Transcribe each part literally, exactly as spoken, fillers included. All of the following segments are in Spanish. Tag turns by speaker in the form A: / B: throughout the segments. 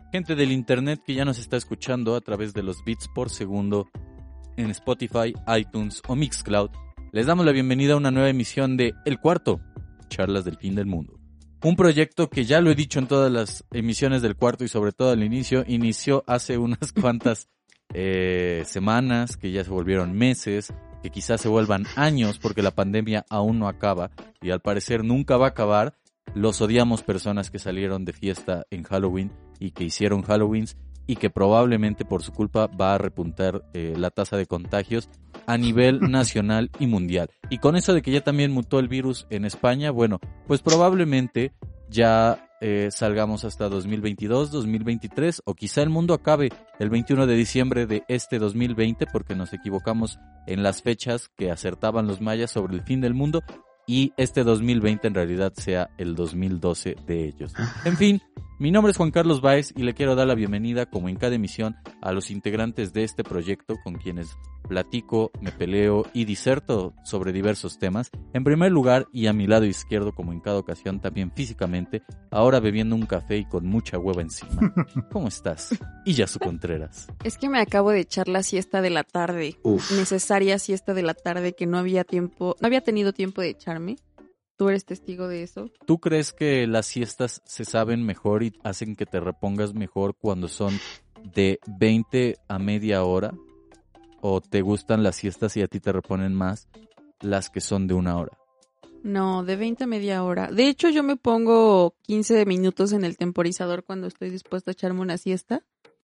A: Gente del internet que ya nos está escuchando a través de los bits por segundo en Spotify, iTunes o Mixcloud, les damos la bienvenida a una nueva emisión de El Cuarto, Charlas del Fin del Mundo. Un proyecto que ya lo he dicho en todas las emisiones del Cuarto y sobre todo al inicio, inició hace unas cuantas eh, semanas, que ya se volvieron meses, que quizás se vuelvan años porque la pandemia aún no acaba y al parecer nunca va a acabar. Los odiamos personas que salieron de fiesta en Halloween y que hicieron Halloweens y que probablemente por su culpa va a repuntar eh, la tasa de contagios a nivel nacional y mundial. Y con eso de que ya también mutó el virus en España, bueno, pues probablemente ya eh, salgamos hasta dos mil veintidós, dos mil veintitrés o quizá el mundo acabe el veintiuno de diciembre de este dos mil veinte porque nos equivocamos en las fechas que acertaban los mayas sobre el fin del mundo y este dos mil veinte en realidad sea el dos mil doce de ellos. En fin, mi nombre es Juan Carlos Báez y le quiero dar la bienvenida, como en cada emisión, a los integrantes de este proyecto con quienes platico, me peleo y diserto sobre diversos temas. En primer lugar, y a mi lado izquierdo, como en cada ocasión, también físicamente, ahora bebiendo un café y con mucha hueva encima. ¿Cómo estás? Iyasu Contreras.
B: Es que me acabo de echar la siesta de la tarde. Uf. Necesaria siesta de la tarde que no había tiempo, no había tenido tiempo de echarme. ¿Tú eres testigo de eso?
A: ¿Tú crees que las siestas se saben mejor y hacen que te repongas mejor cuando son de veinte a media hora? ¿O te gustan las siestas y a ti te reponen más las que son de una hora?
B: No, de veinte a media hora. De hecho, yo me pongo quince minutos en el temporizador cuando estoy dispuesta a echarme una siesta.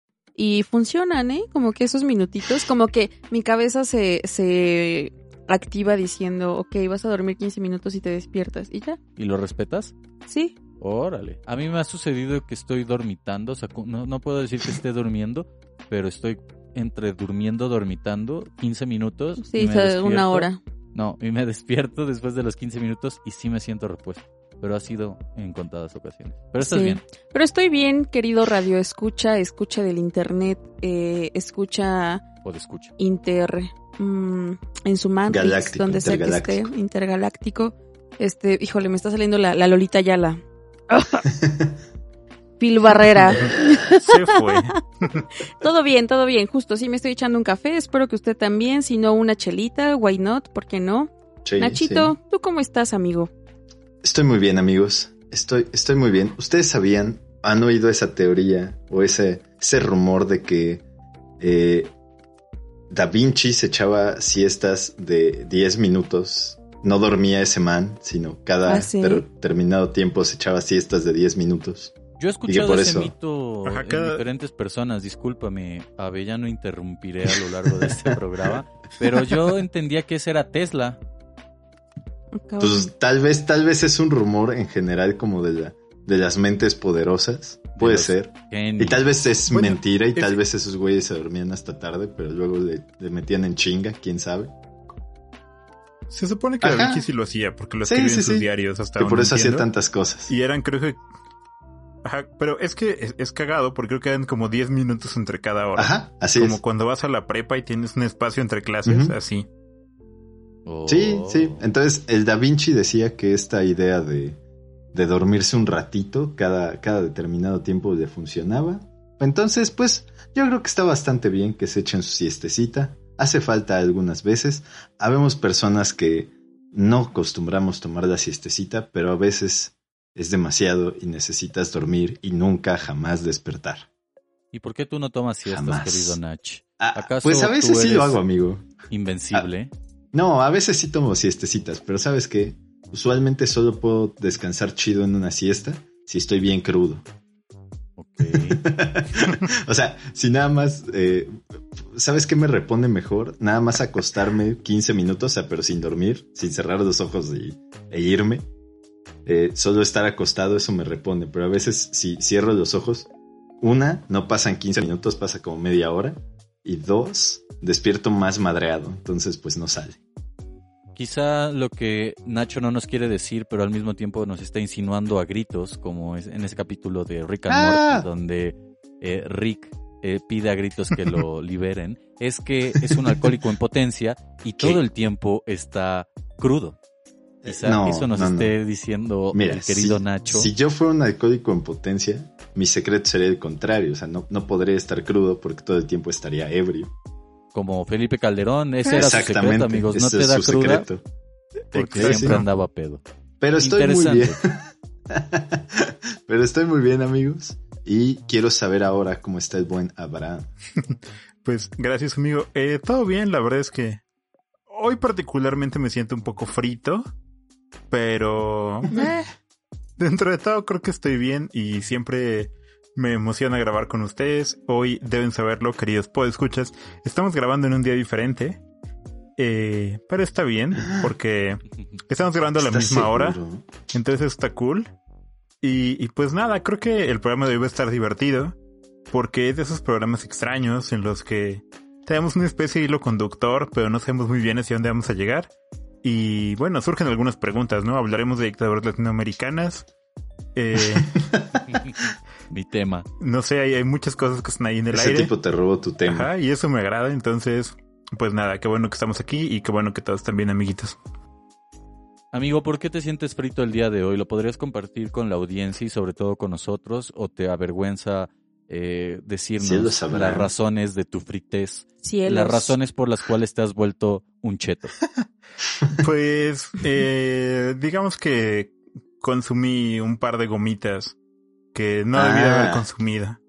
B: Y funcionan, ¿eh? Como que esos minutitos, como que mi cabeza se... se activa diciendo, ok, vas a dormir quince minutos y te despiertas, y ya.
A: ¿Y lo respetas?
B: Sí.
A: Órale. A mí me ha sucedido que estoy dormitando, o sea, no, no puedo decir que esté durmiendo, pero estoy entre durmiendo, dormitando, quince minutos.
B: Sí, o sea, una hora.
A: No, y me despierto después de los quince minutos y sí me siento repuesto. Pero ha sido en contadas ocasiones. Pero estás
B: sí.
A: bien.
B: Pero estoy bien, querido radio escucha, escucha del internet, eh, escucha...
A: O de escucha.
B: Inter... Mmm, en su Matrix,
C: Galáctico,
B: donde sea que esté, intergaláctico. Este, híjole, me está saliendo la, la Lolita Yala. Phil Barrera.
A: Se fue.
B: Todo bien, todo bien. Justo, sí me estoy echando un café. Espero que usted también. Si no, una chelita. Why not? ¿Por qué no?
C: Sí,
B: Nachito,
C: sí.
B: ¿tú cómo estás, amigo?
C: Estoy muy bien, amigos. Estoy, estoy muy bien. ¿Ustedes sabían, han oído esa teoría o ese, ese rumor de que eh, Da Vinci se echaba siestas de diez minutos? No dormía ese man, sino cada ¿Ah, sí? ter- terminado tiempo se echaba siestas de diez minutos.
A: Yo he escuchado
C: por
A: ese
C: eso...
A: mito
D: Ajá,
A: en
D: cada...
A: diferentes personas, discúlpame, Abe, ya no interrumpiré a lo largo de este programa, pero yo entendía que ese era Tesla.
C: Pues tal vez, tal vez es un rumor en general como de la, de las mentes poderosas, puede ser. Genios. Y tal vez es bueno, mentira y es... tal vez esos güeyes se dormían hasta tarde, pero luego le, le metían en chinga, quién sabe.
D: Se supone que Ajá. Da Vinci sí lo hacía, porque lo escribía sí, sí, en sus sí. diarios hasta
C: que por eso
D: entiendo.
C: Hacía tantas cosas.
D: Y eran, creo que... Ajá, pero es que es, es cagado porque creo que eran como diez minutos entre cada hora.
C: Ajá, así
D: como es.
C: Como
D: cuando vas a la prepa y tienes un espacio entre clases, uh-huh. así.
A: Oh.
C: Sí, sí. Entonces, el Da Vinci decía que esta idea de, de dormirse un ratito cada, cada determinado tiempo le funcionaba. Entonces, pues, yo creo que está bastante bien que se echen su siestecita. Hace falta algunas veces. Habemos personas que no acostumbramos tomar la siestecita, pero a veces es demasiado y necesitas dormir y nunca jamás despertar.
A: ¿Y por qué tú no tomas siestas,
C: jamás.
A: querido Nach?
C: ¿Acaso pues a veces sí lo hago, amigo.
A: Invencible.
C: Ah, no, a veces sí tomo siestecitas, pero ¿sabes qué? Usualmente solo puedo descansar chido en una siesta si estoy bien crudo.
A: Ok.
C: O sea, si nada más... Eh, ¿sabes qué me repone mejor? Nada más acostarme quince minutos, o sea, pero sin dormir, sin cerrar los ojos y, e irme. Eh, solo estar acostado, eso me repone. Pero a veces si cierro los ojos, una, no pasan quince minutos, pasa como media hora. Y dos, despierto más madreado. Entonces pues no sale.
A: Quizá lo que Nacho no nos quiere decir, pero al mismo tiempo nos está insinuando a gritos, como es en ese capítulo de Rick and
C: ah.
A: Morty, donde eh, Rick eh, pide a gritos que lo liberen, es que es un alcohólico en potencia y todo ¿Qué? el tiempo está crudo. Quizá no, eso nos no, esté no. diciendo
C: Mira,
A: el querido
C: si,
A: Nacho.
C: Si yo fuera un alcohólico en potencia, mi secreto sería el contrario, o sea, no, no podría estar crudo porque todo el tiempo estaría ebrio.
A: Como Felipe Calderón, ese era su secreto, amigos, no
C: ese
A: te
C: es
A: da
C: su
A: cruda
C: secreto.
A: porque
C: Sí,
A: siempre
C: sí.
A: andaba pedo.
C: Pero estoy muy bien.
A: Interesante.
C: Pero estoy muy bien, amigos. Y quiero saber ahora cómo está el buen Abraham.
D: Pues gracias, amigo. Eh, todo bien, la verdad es que hoy particularmente me siento un poco frito, pero eh, dentro de todo creo que estoy bien y siempre me emociona grabar con ustedes. Hoy deben saberlo, queridos podescuchas, estamos grabando en un día diferente, eh, pero está bien porque estamos grabando a la
C: ¿Estás
D: misma hora,
C: seguro?
D: entonces está cool. Y, y pues nada, creo que el programa de hoy va a estar divertido, porque es de esos programas extraños en los que tenemos una especie de hilo conductor, pero no sabemos muy bien hacia dónde vamos a llegar. Y bueno, surgen algunas preguntas, ¿no? Hablaremos de dictaduras latinoamericanas. Eh,
A: Mi tema.
D: no sé, hay, hay muchas cosas que están ahí en el
C: Ese
D: aire.
C: tipo te robó tu tema.
D: Ajá, y eso me agrada, entonces, pues nada, qué bueno que estamos aquí y qué bueno que todos están bien, amiguitos.
A: Amigo, ¿por qué te sientes frito el día de hoy? ¿Lo podrías compartir con la audiencia y sobre todo con nosotros? ¿O te avergüenza eh,
C: Cielos
A: decirnos
C: sabrán.
A: las razones de tu fritez?
B: Cielos.
A: Las razones por las cuales te has vuelto un cheto.
D: Pues, eh, digamos que consumí un par de gomitas que no debí de
C: Ah.
D: haber consumido.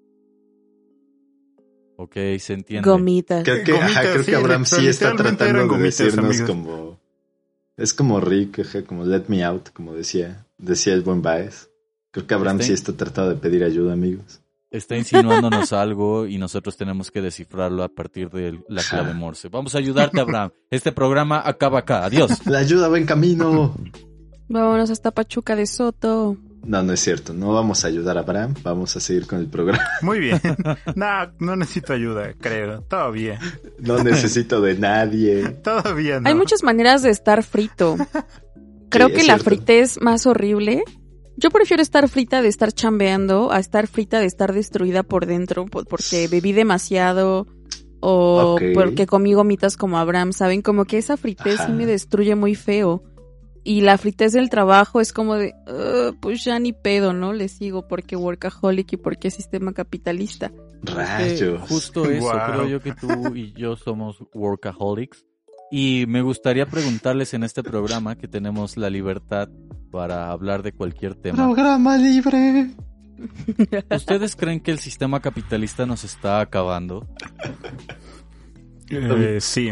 A: Ok, se entiende.
B: Gomitas.
C: Creo que,
D: Gomitas,
C: ajá, creo
D: sí,
C: que Abraham sí está
D: literalmente
C: tratando
D: eran
C: de
D: gomitas,
C: decirnos
D: amigos.
C: como... Es como Rick, ajá, como let me out, como decía, decía el buen Baez. Creo que Abraham
A: Está
C: sí
A: in-
C: está tratando de pedir ayuda, amigos.
A: Está insinuándonos algo y nosotros tenemos que descifrarlo a partir de la
C: Ajá.
A: clave Morse. Vamos a ayudarte, Abraham. Este programa acaba acá. Adiós.
C: La ayuda va en camino.
B: Vámonos hasta Pachuca de Soto.
C: No, no es cierto. No vamos a ayudar a Abraham. Vamos a seguir con el programa.
D: Muy bien. No, no necesito ayuda, creo. Todavía.
C: No necesito de nadie.
D: Todavía no.
B: Hay muchas maneras de estar frito. Creo
C: Sí,
B: que
C: es
B: la
C: cierto.
B: fritez más horrible. Yo prefiero estar frita de estar chambeando a estar frita de estar destruida por dentro po- porque bebí demasiado o
C: Ok.
B: porque comí gomitas como Abraham, ¿saben? Como que esa fritez
C: Ajá.
B: sí me destruye muy feo. Y la fritez del trabajo es como de, "Ugh, pues ya ni pedo, ¿no? Le sigo porque workaholic y porque sistema capitalista".
A: Que
C: Rayos.
A: justo eso,
D: Wow.
A: creo yo que tú y yo somos workaholics. Y me gustaría preguntarles en este programa que tenemos la libertad para hablar de cualquier tema.
C: Programa libre.
A: ¿Ustedes creen que el sistema capitalista nos está acabando?
D: Eh, sí.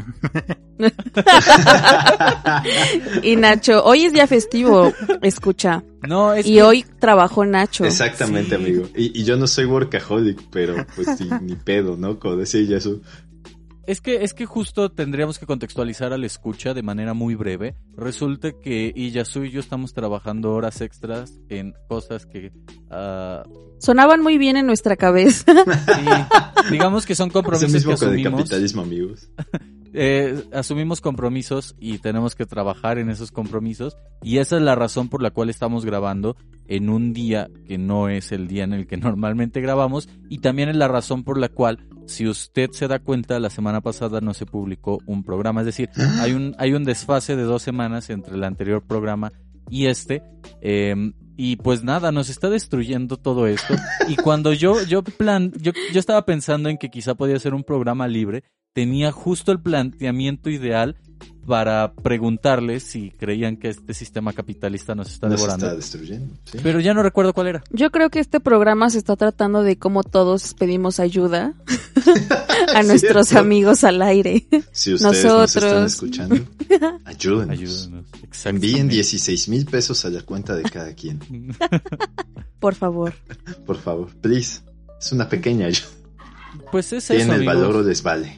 B: Y Nacho, hoy es día festivo, escucha.
A: No, es
B: Y
A: que-
B: hoy trabajó Nacho.
C: Exactamente,
A: Sí.
C: amigo. Y, y yo no soy workaholic, pero pues sí, ni pedo, ¿no? Como decía Yasu.
A: Es que, es que justo tendríamos que contextualizar al escucha de manera muy breve. Resulta que Iyasu y yo estamos trabajando horas extras en cosas que, ah,
B: Sonaban muy bien en nuestra cabeza.
A: sí, digamos que son
C: Es el
A: compromisos
C: mismo
A: que
C: con el
A: asumimos.
C: capitalismo, amigos.
A: Eh, asumimos compromisos y tenemos que trabajar en esos compromisos. Y esa es la razón por la cual estamos grabando en un día que no es el día en el que normalmente grabamos. Y también es la razón por la cual, si usted se da cuenta, la semana pasada no se publicó un programa. Es decir, hay un, hay un desfase de dos semanas entre el anterior programa y este. eh, y pues nada, nos está destruyendo todo esto. Y cuando yo, yo plan, yo, yo estaba pensando en que quizá podía ser un programa libre, tenía justo el planteamiento ideal para preguntarles si creían que este sistema capitalista nos está
C: Nos
A: devorando.
C: está destruyendo. ¿sí?
A: Pero ya no recuerdo cuál era.
B: Yo creo que este programa se está tratando de cómo todos pedimos ayuda a nuestros
C: Cierto.
B: amigos al aire.
C: Si ustedes nos están
B: Nosotros.
C: escuchando, ayúdenos.
A: Ayúdenos.
C: Envíen
A: Exactamente.
C: dieciséis mil pesos a la cuenta de cada quien.
B: Por favor.
C: Por favor, please. Es una pequeña ayuda.
A: Pues es eso,
C: ¿Tiene el
A: amigos.
C: valor o les vale?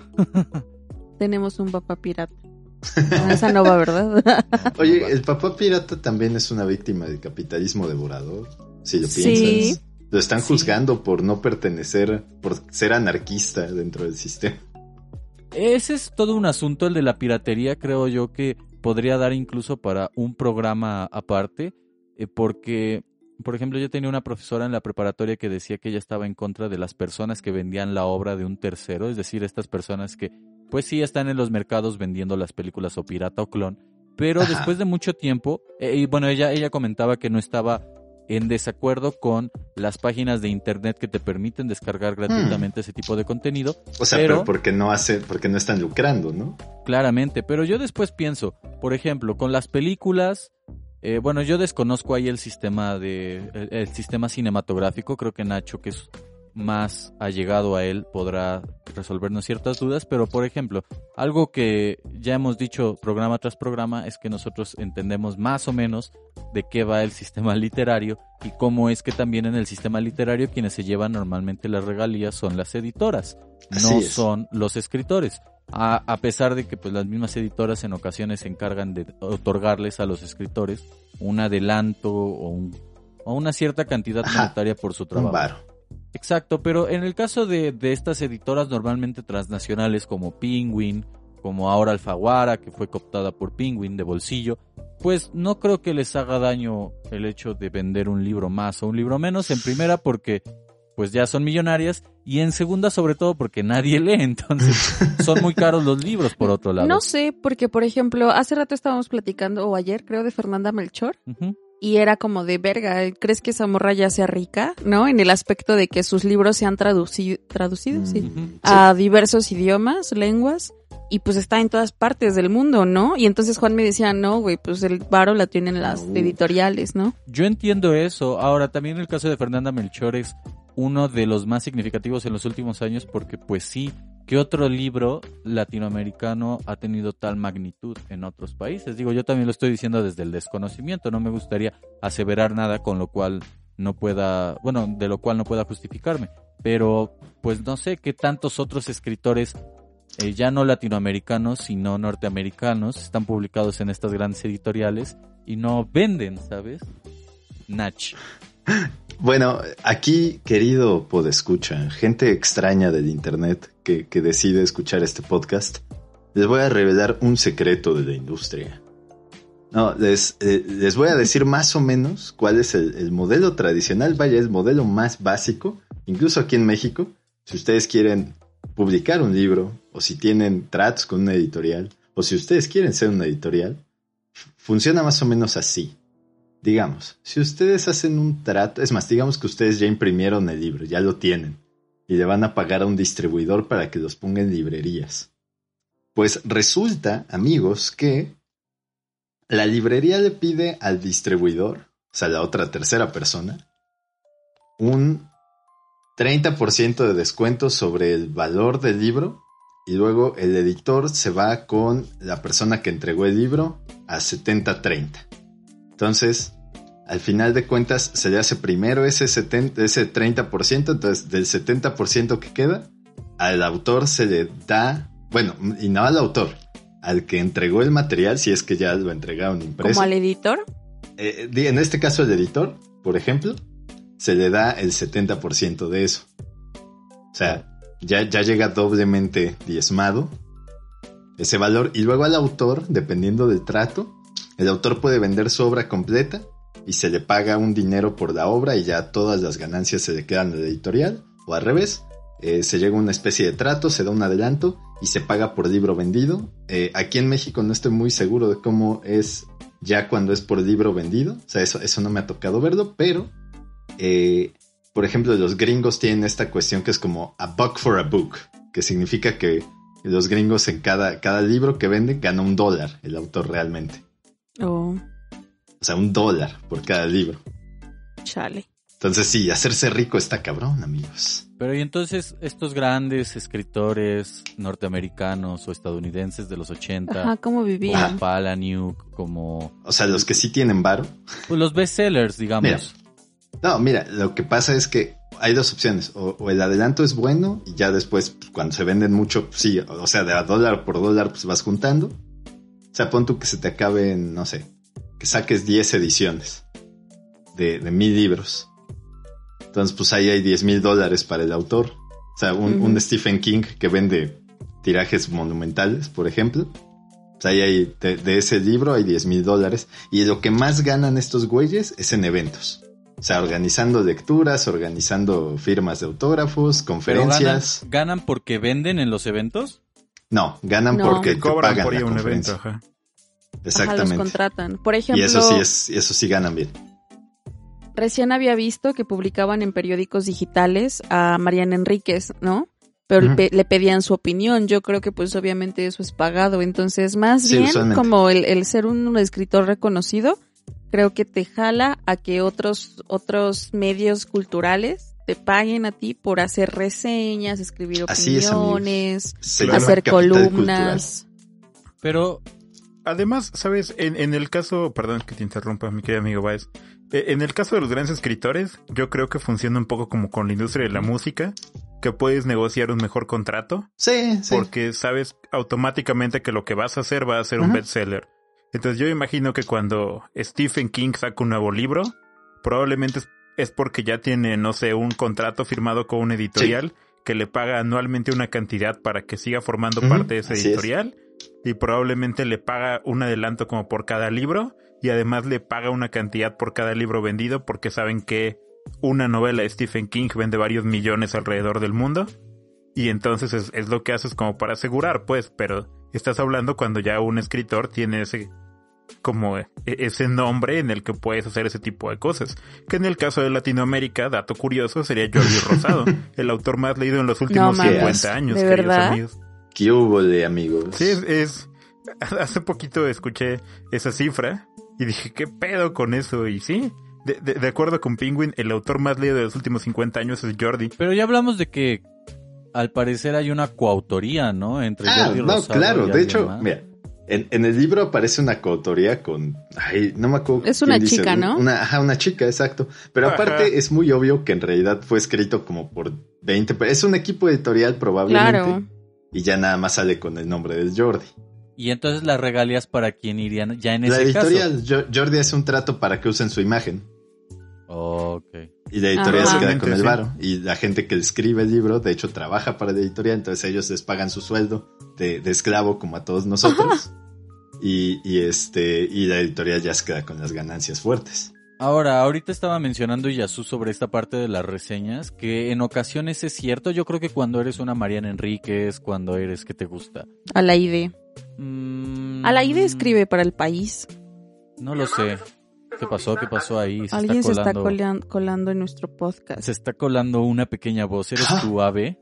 B: Tenemos un papá pirata. No, esa no va, ¿verdad?
C: Oye, el papá pirata también es una víctima del capitalismo devorador. Si lo
B: Sí.
C: piensas. Lo están
A: Sí.
C: juzgando por no pertenecer, por ser anarquista dentro del sistema.
A: Ese es todo un asunto, el de la piratería, creo yo que podría dar incluso para un programa aparte, eh, porque, por ejemplo, yo tenía una profesora en la preparatoria que decía que ella estaba en contra de las personas que vendían la obra de un tercero, es decir, estas personas que, pues sí, están en los mercados vendiendo las películas o pirata o clon, pero
C: Ajá.
A: después de mucho tiempo, eh, y bueno, ella, ella comentaba que no estaba en desacuerdo con las páginas de internet que te permiten descargar gratuitamente hmm. ese tipo de contenido.
C: O sea, pero, pero porque no hace, porque no están lucrando, ¿no?
A: Claramente, pero yo después pienso, por ejemplo, con las películas, eh, bueno, yo desconozco ahí el sistema de, el, el sistema cinematográfico, creo que Nacho, que es más allegado a él, podrá resolvernos ciertas dudas, pero por ejemplo, algo que ya hemos dicho programa tras programa es que nosotros entendemos más o menos de qué va el sistema literario y cómo es que también en el sistema literario quienes se llevan normalmente las regalías son las editoras, no son los escritores. A, a pesar de que pues las mismas editoras en ocasiones se encargan de otorgarles a los escritores un adelanto o, un, o una cierta cantidad
C: Ajá,
A: monetaria por su trabajo.
C: Un varo.
A: Exacto, pero en el caso de, de estas editoras normalmente transnacionales como Penguin, como ahora Alfaguara, que fue cooptada por Penguin de bolsillo, pues no creo que les haga daño el hecho de vender un libro más o un libro menos, en primera porque pues ya son millonarias y en segunda sobre todo porque nadie lee, entonces son muy caros los libros por otro lado.
B: No sé, porque por ejemplo, hace rato estábamos platicando, o ayer creo, de Fernanda Melchor, uh-huh. y era como de verga, ¿crees que esa morra ya sea rica? ¿No? En el aspecto de que sus libros se han traducido, traducido, sí, uh-huh. a diversos idiomas, lenguas, y pues está en todas partes del mundo, ¿no? Y entonces Juan me decía, no, güey, pues el varo la tienen las uh. editoriales, ¿no?
A: Yo entiendo eso. Ahora, también el caso de Fernanda Melchor es uno de los más significativos en los últimos años porque, pues sí, ¿qué otro libro latinoamericano ha tenido tal magnitud en otros países? Digo, yo también lo estoy diciendo desde el desconocimiento, no me gustaría aseverar nada con lo cual no pueda, bueno, de lo cual no pueda justificarme, pero pues no sé qué tantos otros escritores eh, ya no latinoamericanos, sino norteamericanos, están publicados en estas grandes editoriales y no venden, ¿sabes? Nach.
C: Bueno, aquí, querido podescucha, gente extraña del internet que, que decide escuchar este podcast, les voy a revelar un secreto de la industria. No, les, eh, les voy a decir más o menos cuál es el, el modelo tradicional, vaya, el modelo más básico, incluso aquí en México, si ustedes quieren publicar un libro, o si tienen tratos con una editorial, o si ustedes quieren ser una editorial, funciona más o menos así. Digamos, si ustedes hacen un trato, es más, digamos que ustedes ya imprimieron el libro, ya lo tienen, y le van a pagar a un distribuidor para que los ponga en librerías. Pues resulta, amigos, que la librería le pide al distribuidor, o sea, la otra tercera persona, un treinta por ciento de descuento sobre el valor del libro, y luego el editor se va con la persona que entregó el libro a setenta treinta. Entonces, al final de cuentas, se le hace primero ese, setenta, ese treinta por ciento, entonces del setenta por ciento que queda, al autor se le da, bueno, y no al autor, al que entregó el material, si es que ya lo entregaron impreso.
B: ¿Como al editor?
C: Eh, en este caso, al editor, por ejemplo, se le da el setenta por ciento de eso. O sea, ya, ya llega doblemente diezmado ese valor, y luego al autor, dependiendo del trato, el autor puede vender su obra completa y se le paga un dinero por la obra y ya todas las ganancias se le quedan al editorial, o al revés, eh, se llega a una especie de trato, se da un adelanto y se paga por libro vendido. Eh, aquí en México no estoy muy seguro de cómo es ya cuando es por libro vendido, o sea, eso, eso no me ha tocado verlo, pero eh, por ejemplo, los gringos tienen esta cuestión que es como a buck for a book, que significa que los gringos en cada, cada libro que venden gana un dólar el autor realmente.
B: Oh.
C: O sea, un dólar por cada libro.
B: Chale.
C: Entonces sí, hacerse rico está cabrón, amigos.
A: Pero y entonces estos grandes escritores norteamericanos o estadounidenses de los ochenta,
B: ajá, ¿cómo vivían?
A: Como Palahniuk, como...
C: O sea, los que sí tienen varo.
A: Pues los bestsellers, digamos.
C: Mira, no, mira, lo que pasa es que hay dos opciones. O, o el adelanto es bueno y ya después, pues, cuando se venden mucho, pues, sí, o sea, de a dólar por dólar, pues vas juntando. O sea, pon tú que se te acaben, no sé, que saques diez ediciones de, de mil libros. Entonces, pues ahí hay diez mil dólares para el autor. O sea, un, uh-huh. un Stephen King que vende tirajes monumentales, por ejemplo. Pues ahí hay, de, de ese libro hay diez mil dólares. Y lo que más ganan estos güeyes es en eventos. O sea, organizando lecturas, organizando firmas de autógrafos, conferencias.
A: ¿Pero ganan, ganan porque venden en los eventos?
C: No, ganan no. porque te
D: cobran
C: pagan
D: por
C: la
D: un
C: conferencia.
D: evento, ajá.
C: Exactamente.
B: Ajá, los contratan. Por ejemplo,
C: y eso sí es, eso sí ganan bien.
B: recién había visto que publicaban en periódicos digitales a Mariana Enríquez, ¿no? Pero uh-huh. pe- le pedían su opinión. Yo creo que pues obviamente eso es pagado. Entonces, más sí, bien usualmente. como el, el ser un escritor reconocido, creo que te jala a que otros, otros medios culturales te paguen a ti por hacer reseñas, escribir opiniones, es, hacer columnas.
A: Cultural. Pero
D: además, ¿sabes? En, en el caso, perdón que te interrumpa, mi querido amigo Baez, en el caso de los grandes escritores, yo creo que funciona un poco como con la industria de la música, que puedes negociar un mejor contrato.
C: Sí, sí.
D: Porque sabes automáticamente que lo que vas a hacer va a ser uh-huh. un bestseller. Entonces yo imagino que cuando Stephen King saca un nuevo libro, probablemente es, es porque ya tiene, no sé, un contrato firmado con una editorial sí. que le paga anualmente una cantidad para que siga formando uh-huh. parte de esa Así editorial. Es. Y probablemente le paga un adelanto como por cada libro. Y además le paga una cantidad por cada libro vendido porque saben que una novela de Stephen King vende varios millones alrededor del mundo. Y entonces es, es lo que haces como para asegurar, pues. Pero estás hablando cuando ya un escritor tiene ese como ese nombre en el que puedes hacer ese tipo de cosas. Que en el caso de Latinoamérica, dato curioso, sería Jordi Rosado, el autor más leído en los últimos no, cincuenta años,
B: ¿de
D: queridos
B: verdad?
D: amigos.
C: ¿Qué hubo de amigos?
D: Sí, es, es... Hace poquito escuché esa cifra y dije, ¿qué pedo con eso? Y sí, de, de, de acuerdo con Penguin, el autor más leído de los últimos cincuenta años es Jordi.
A: Pero ya hablamos de que al parecer hay una coautoría, ¿no? Entre
C: ah,
A: Jordi
C: no,
A: Rosado
C: claro,
A: y
C: de hecho,
A: más.
C: Mira, en, en el libro aparece una coautoría con, ay, no me acuerdo.
B: Es una chica,
C: dice,
B: ¿no?
C: Una, ajá, una chica, exacto. Pero
D: Ajá.
C: aparte es muy obvio que en realidad fue escrito como por veinte, es un equipo editorial probablemente.
B: Claro.
C: Y ya nada más sale con el nombre de Jordi.
A: Y entonces las regalías para quién irían ya en
C: la
A: ese
C: editorial,
A: caso.
C: Jo- Jordi hace un trato para que usen su imagen.
A: Ok.
C: Y la editorial
B: Ajá.
C: se queda con el
D: Sí.
C: varo. Y la gente que escribe el libro, de hecho, trabaja para la editorial, entonces ellos les pagan su sueldo de, de esclavo como a todos nosotros. y, y este, y la editorial ya se queda con las ganancias fuertes.
A: Ahora, ahorita estaba mencionando Yasu sobre esta parte de las reseñas, que en ocasiones es cierto. Yo creo que cuando eres una Mariana Enríquez, cuando eres, ¿qué te gusta?
B: Alaide.
A: Mm,
B: Alaide escribe para El País.
A: No lo sé. ¿Qué pasó? ¿Qué pasó ahí? Se
B: Alguien
A: está
B: se está
A: colando,
B: colean- colando en nuestro podcast.
A: se está colando una pequeña voz. ¿Eres tu ave?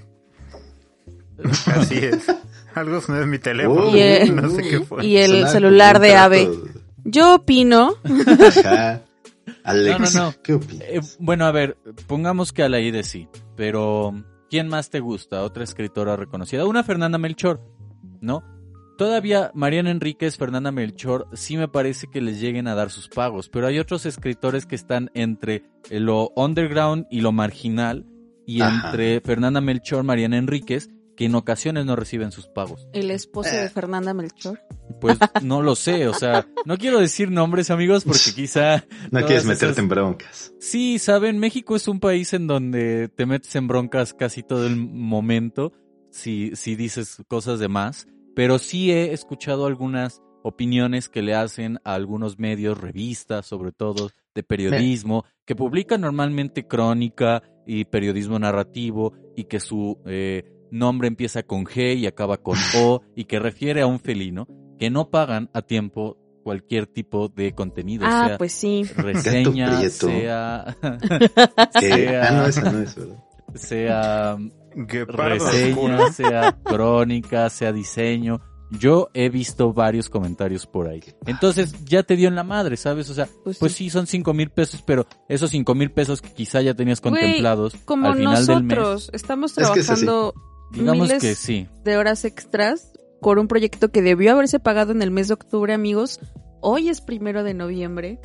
D: Así es. Algo sonó en mi teléfono.
C: Oh,
B: Y el-
D: no sé qué fue.
B: Y el
C: Suena
B: celular
C: como un
B: de
C: trato.
B: Ave. Yo opino.
C: Ajá. Alex,
A: No, no, no.
C: ¿qué opinas?
A: Eh, bueno, a ver, pongamos que Alaide sí, pero ¿quién más te gusta? Otra escritora reconocida. Una Fernanda Melchor, ¿no? Todavía Mariana Enríquez, Fernanda Melchor, sí me parece que les lleguen a dar sus pagos, pero hay otros escritores que están entre lo underground y lo marginal, y
C: Ajá.
A: entre Fernanda Melchor, Mariana Enríquez, que en ocasiones no reciben sus pagos.
B: El esposo de Fernanda Melchor.
A: Pues no lo sé, o sea, no quiero decir nombres, amigos, porque quizá...
C: No
A: todas
C: quieres meterte
A: esas-
C: en broncas.
A: Sí, saben, México es un país en donde te metes en broncas casi todo el momento si, si dices cosas de más, pero sí he escuchado algunas opiniones que le hacen a algunos medios, revistas, sobre todo de periodismo, que publican normalmente crónica y periodismo narrativo y que su eh, nombre empieza con G y acaba con O y que refiere a un felino, que no pagan a tiempo cualquier tipo de contenido,
B: Ah,
A: sea
B: pues sí.
A: reseña,
C: Gato prieto.
A: sea,
C: Eh,
A: sea,
C: ah, no, esa no es, ¿verdad?
A: sea
D: Guepardo
A: reseña,
D: oscuro.
A: sea crónica, sea diseño. Yo he visto varios comentarios por ahí. Entonces ya te dio en la madre, ¿sabes? O sea,
B: Pues
A: pues,
B: sí.
A: sí son cinco mil pesos, pero esos cinco mil pesos que quizá ya tenías
B: Güey,
A: contemplados
B: Como
A: al final del mes,
B: nosotros estamos
C: Es que es así.
B: trabajando
A: digamos
B: miles
A: que sí.
B: de horas extras por un proyecto que debió haberse pagado en el mes de octubre, amigos. Hoy es primero de noviembre.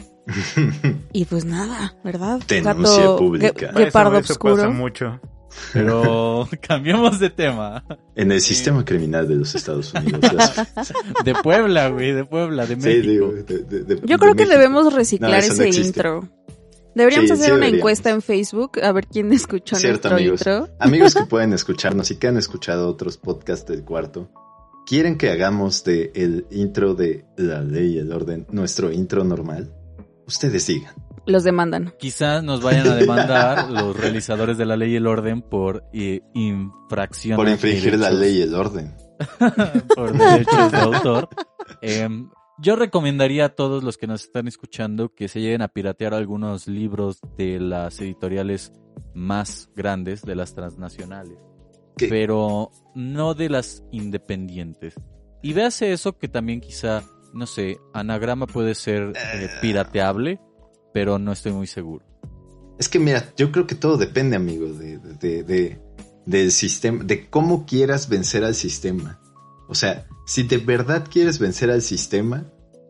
B: Y pues nada, ¿verdad?
C: Denuncia
B: Gato-
C: pública.
B: gue-
D: Eso-
B: Guepardo
D: eso
B: oscuro.
D: pasa mucho.
A: Pero cambiamos de tema.
C: En el sistema criminal de los Estados Unidos. las-
A: De Puebla, güey, de Puebla, de
C: Sí,
A: México.
C: digo, de- de- de-
B: Yo
C: de
B: creo que
C: México.
B: debemos reciclar
C: No, eso no
B: ese
C: existe.
B: intro. Deberíamos
C: Sí,
B: hacer
C: sí
B: una
C: deberíamos.
B: encuesta en Facebook a ver quién escuchó
C: Cierto,
B: nuestro
C: amigos.
B: intro.
C: Amigos que pueden escucharnos y que han escuchado otros podcasts del cuarto, ¿quieren que hagamos de el intro de La Ley y el Orden nuestro intro normal? Ustedes digan.
B: Los demandan.
A: Quizás nos vayan a demandar los realizadores de La Ley y el Orden por eh, infracción
C: Por
A: de
C: infringir la
A: derechos-
C: ley y el orden.
A: por derechos de autor. Eh, Yo recomendaría a todos los que nos están escuchando que se lleguen a piratear algunos libros de las editoriales más grandes, de las transnacionales,
C: ¿Qué?
A: pero no de las independientes. Y véase eso que también quizá, no sé, Anagrama puede ser eh, pirateable, pero no estoy muy seguro.
C: Es que mira, yo creo que todo depende, amigo, de, de, de, de del sistema, de cómo quieras vencer al sistema. O sea, si de verdad quieres vencer al sistema,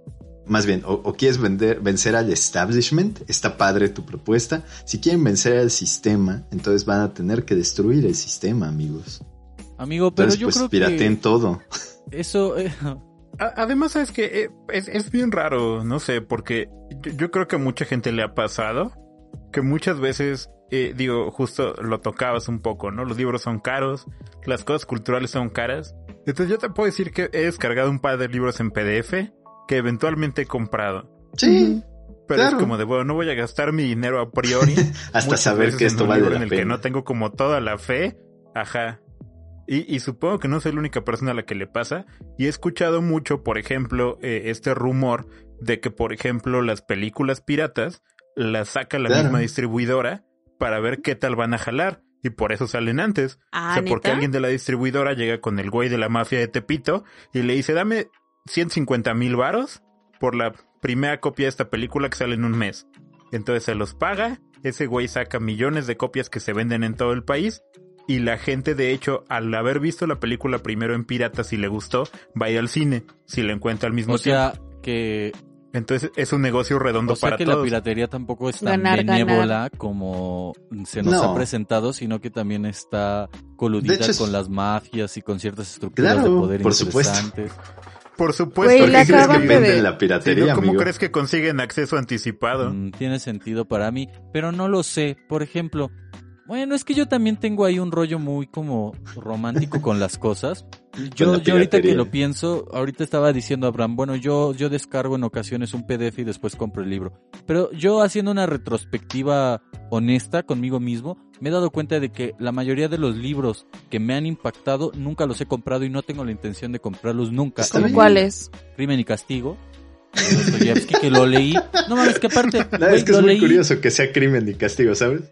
C: más bien, o, o quieres vender, vencer al establishment, está padre tu propuesta. Si quieren vencer al sistema, entonces van a tener que destruir el sistema, amigos.
A: Amigo, pero
C: entonces,
A: yo
C: pues,
A: creo
C: pirateen
A: que
C: todo.
A: eso... Eh,
D: Además, sabes que es, es bien raro, no sé, porque yo, yo creo que a mucha gente le ha pasado que muchas veces, eh, digo, justo lo tocabas un poco, ¿no? Los libros son caros, las cosas culturales son caras. Entonces yo te puedo decir que he descargado un par de libros en P D F que eventualmente he comprado.
C: Sí,
D: Pero
C: claro.
D: es como de, bueno, no voy a gastar mi dinero a priori.
C: Hasta
D: muchas
C: saber
D: veces
C: que
D: en
C: esto
D: un
C: vale
D: libro
C: la
D: en el
C: pena.
D: que no tengo como toda la fe. Ajá. Y, y supongo que no soy la única persona a la que le pasa. Y he escuchado mucho, por ejemplo, eh, este rumor de que, por ejemplo, las películas piratas las saca la
C: Claro.
D: misma distribuidora para ver qué tal van a jalar. Y por eso salen antes.
B: Ah,
D: o sea, porque
B: ¿neta?
D: alguien de la distribuidora llega con el güey de la mafia de Tepito y le dice, dame ciento cincuenta mil varos por la primera copia de esta película que sale en un mes. Entonces se los paga, ese güey saca millones de copias que se venden en todo el país y la gente, de hecho, al haber visto la película primero en pirata, si le gustó, va a ir al cine, si la encuentra al mismo
A: o sea,
D: tiempo.
A: que...
D: Entonces es un negocio redondo
A: O sea
D: para
A: que
D: todos.
A: la piratería tampoco es tan
B: Ganar,
A: benévola
B: ganar.
A: como se nos
C: No.
A: ha presentado, sino que también está coludida
C: De hecho, es-
A: con las mafias y con ciertas estructuras
C: Claro,
A: de poder
C: por supuesto.
A: interesantes.
D: Por supuesto.
B: Güey,
D: ¿qué
B: le
D: crees
C: ¿Crees
B: acaban
C: que
D: que-
B: de-
C: venden la
D: Sí,
C: piratería,
D: ¿no? ¿Cómo
C: amigo?
D: crees que consiguen acceso anticipado?
A: Mm, tiene sentido para mí, pero no lo sé. Por ejemplo, bueno, es que yo también tengo ahí un rollo muy como romántico con las cosas. Yo,
C: la
A: yo ahorita que
C: piratería.
A: lo pienso, ahorita estaba diciendo a Abraham, bueno, yo, yo descargo en ocasiones un P D F y después compro el libro. Pero yo haciendo una retrospectiva honesta conmigo mismo, me he dado cuenta de que la mayoría de los libros que me han impactado nunca los he comprado y no tengo la intención de comprarlos nunca.
C: Está bien.
B: ¿Cuál es?
A: Crimen y Castigo, de Dostoyevsky, que lo leí. No mames, que aparte,
C: No,
A: güey,
C: es que es
A: lo
C: muy
A: leí,
C: curioso que sea crimen y castigo, ¿sabes?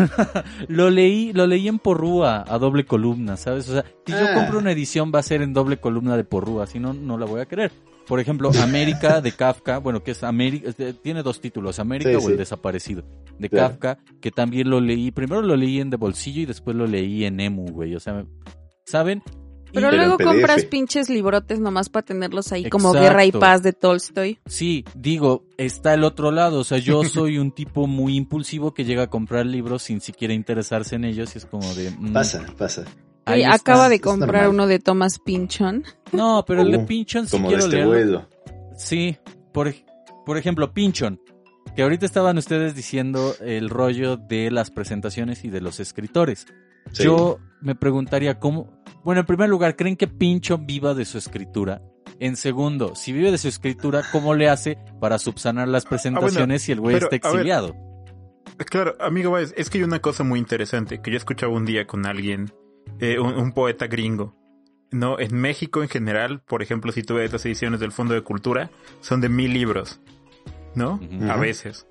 A: lo leí, lo leí en porrúa, a doble columna, ¿sabes? O sea, si yo
C: Ah.
A: compro una edición va a ser en doble columna de porrúa, si no, no la voy a querer. Por ejemplo, América de Kafka, bueno, que es América, tiene dos títulos, América
C: Sí,
A: o
C: sí.
A: El Desaparecido, de
C: Claro.
A: Kafka, que también lo leí, primero lo leí en de bolsillo y después lo leí en Emu, güey, o sea, ¿saben? Y-
B: Pero
C: Pero
B: luego
C: en P D F.
B: compras pinches librotes nomás para tenerlos ahí, como
A: Exacto.
B: Guerra y Paz de Tolstoy.
A: Sí, digo, está el otro lado, o sea, yo soy un tipo muy impulsivo que llega a comprar libros sin siquiera interesarse en ellos y es como de... mm,
C: Pasa, pasa.
A: ahí
B: Güey,
A: está.
B: acaba de
C: es
B: comprar
C: normal.
B: uno de Thomas Pynchon.
A: No, pero el de
C: Uh,
A: Pynchon sí
C: Como de
A: quiero
C: este
A: leerlo.
C: vuelo.
A: Sí, por, ej- por ejemplo, Pynchon, que ahorita estaban ustedes diciendo el rollo de las presentaciones y de los escritores.
C: Sí.
A: Yo me preguntaría cómo... Bueno, en primer lugar, ¿creen que Pynchon viva de su escritura? En segundo, si vive de su escritura, ¿cómo le hace para subsanar las presentaciones si el güey
D: pero,
A: está
D: a ver,
A: exiliado?
D: Claro, amigo Baez, es que hay una cosa muy interesante que yo escuchaba un día con alguien, eh, un, un poeta gringo. No, en México en general, por ejemplo, si tú ves las ediciones del Fondo de Cultura, son de mil libros, ¿no?
A: Ujú.
D: A
C: Ujú.
D: veces.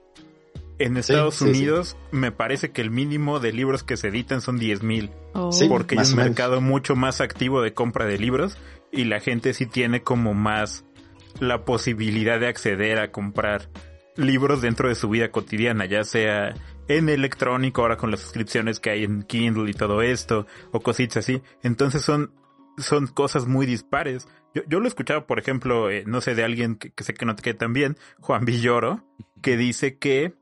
D: En
C: Sí,
D: Estados
C: sí, sí.
D: Unidos me parece que el mínimo de libros que se editan son diez mil.
B: Oh.
C: Sí.
D: Porque hay
C: más
D: un
C: o menos.
D: mercado mucho más activo de compra de libros y la gente sí tiene como más la posibilidad de acceder a comprar libros dentro de su vida cotidiana, ya sea en electrónico, ahora con las suscripciones que hay en Kindle y todo esto, o cositas así. Entonces son, son cosas muy dispares. Yo, yo lo he escuchado, por ejemplo, eh, no sé, de alguien que, que sé que no te quede tan bien, Juan Villoro, que dice que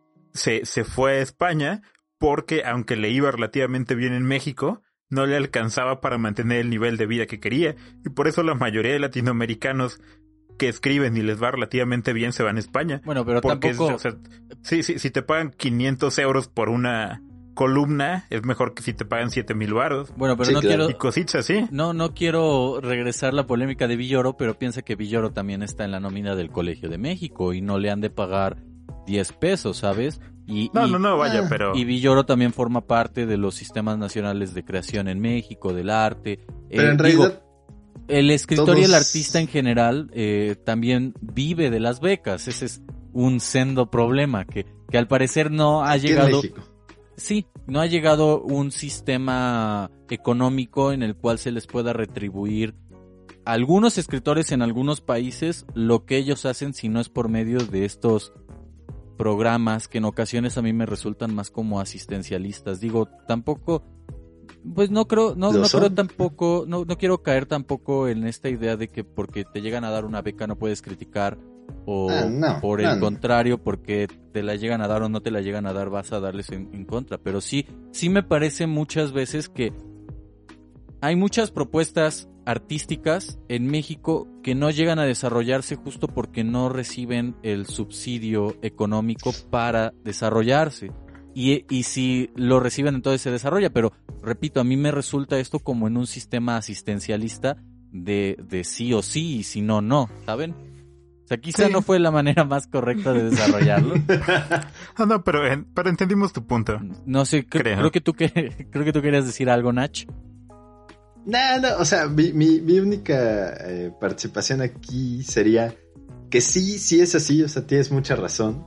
D: se, se fue a España porque aunque le iba relativamente bien en México, no le alcanzaba para mantener el nivel de vida que quería. Y por eso la mayoría de latinoamericanos que escriben y les va relativamente bien se van a España.
A: Bueno, pero
D: Porque
A: tampoco...
D: es, o sea, sí, sí, si te pagan quinientos euros por una columna, es mejor que si te pagan siete mil varos.
A: Bueno, pero
C: Sí,
A: no
C: claro.
A: quiero...
D: Y cositas así.
A: No, no quiero regresar la polémica de Villoro, pero piensa que Villoro también está en la nómina del Colegio de México y no le han de pagar diez pesos, ¿sabes? Y,
D: No,
A: y,
D: no, no, vaya,
C: Ah.
D: pero...
A: y Villoro también forma parte de los sistemas nacionales de creación en México, del arte.
C: Pero
A: Eh,
C: en
A: digo,
C: realidad,
A: el escritor
C: todos...
A: y el artista en general eh, también vive de las becas. Ese es un sendo problema que, que al parecer no ha
C: Aquí
A: llegado...
C: en México.
A: Sí, no ha llegado un sistema económico en el cual se les pueda retribuir a algunos escritores en algunos países lo que ellos hacen, si no es por medio de estos programas que en ocasiones a mí me resultan más como asistencialistas. Digo, tampoco, pues no creo, no, no creo tampoco, no, no quiero caer tampoco en esta idea de que porque te llegan a dar una beca no puedes criticar. O
C: ah, no,
A: por
C: no,
A: el
C: no.
A: contrario, porque te la llegan a dar o no te la llegan a dar, vas a darles en, en contra. Pero sí, sí me parece muchas veces que hay muchas propuestas artísticas en México que no llegan a desarrollarse justo porque no reciben el subsidio económico para desarrollarse. Y, y si lo reciben, entonces se desarrolla. Pero, repito, a mí me resulta esto como en un sistema asistencialista de, de sí o sí y si no, no, ¿saben? O sea, quizá sí. No fue la manera más correcta de desarrollarlo.
D: Ah, no, pero, pero entendimos tu punto.
A: No sé, cre- creo. creo que tú que, creo que tú querías decir algo, Nach.
C: No, no, o sea, mi, mi, mi única eh, participación aquí sería que sí, sí es así, o sea, tienes mucha razón,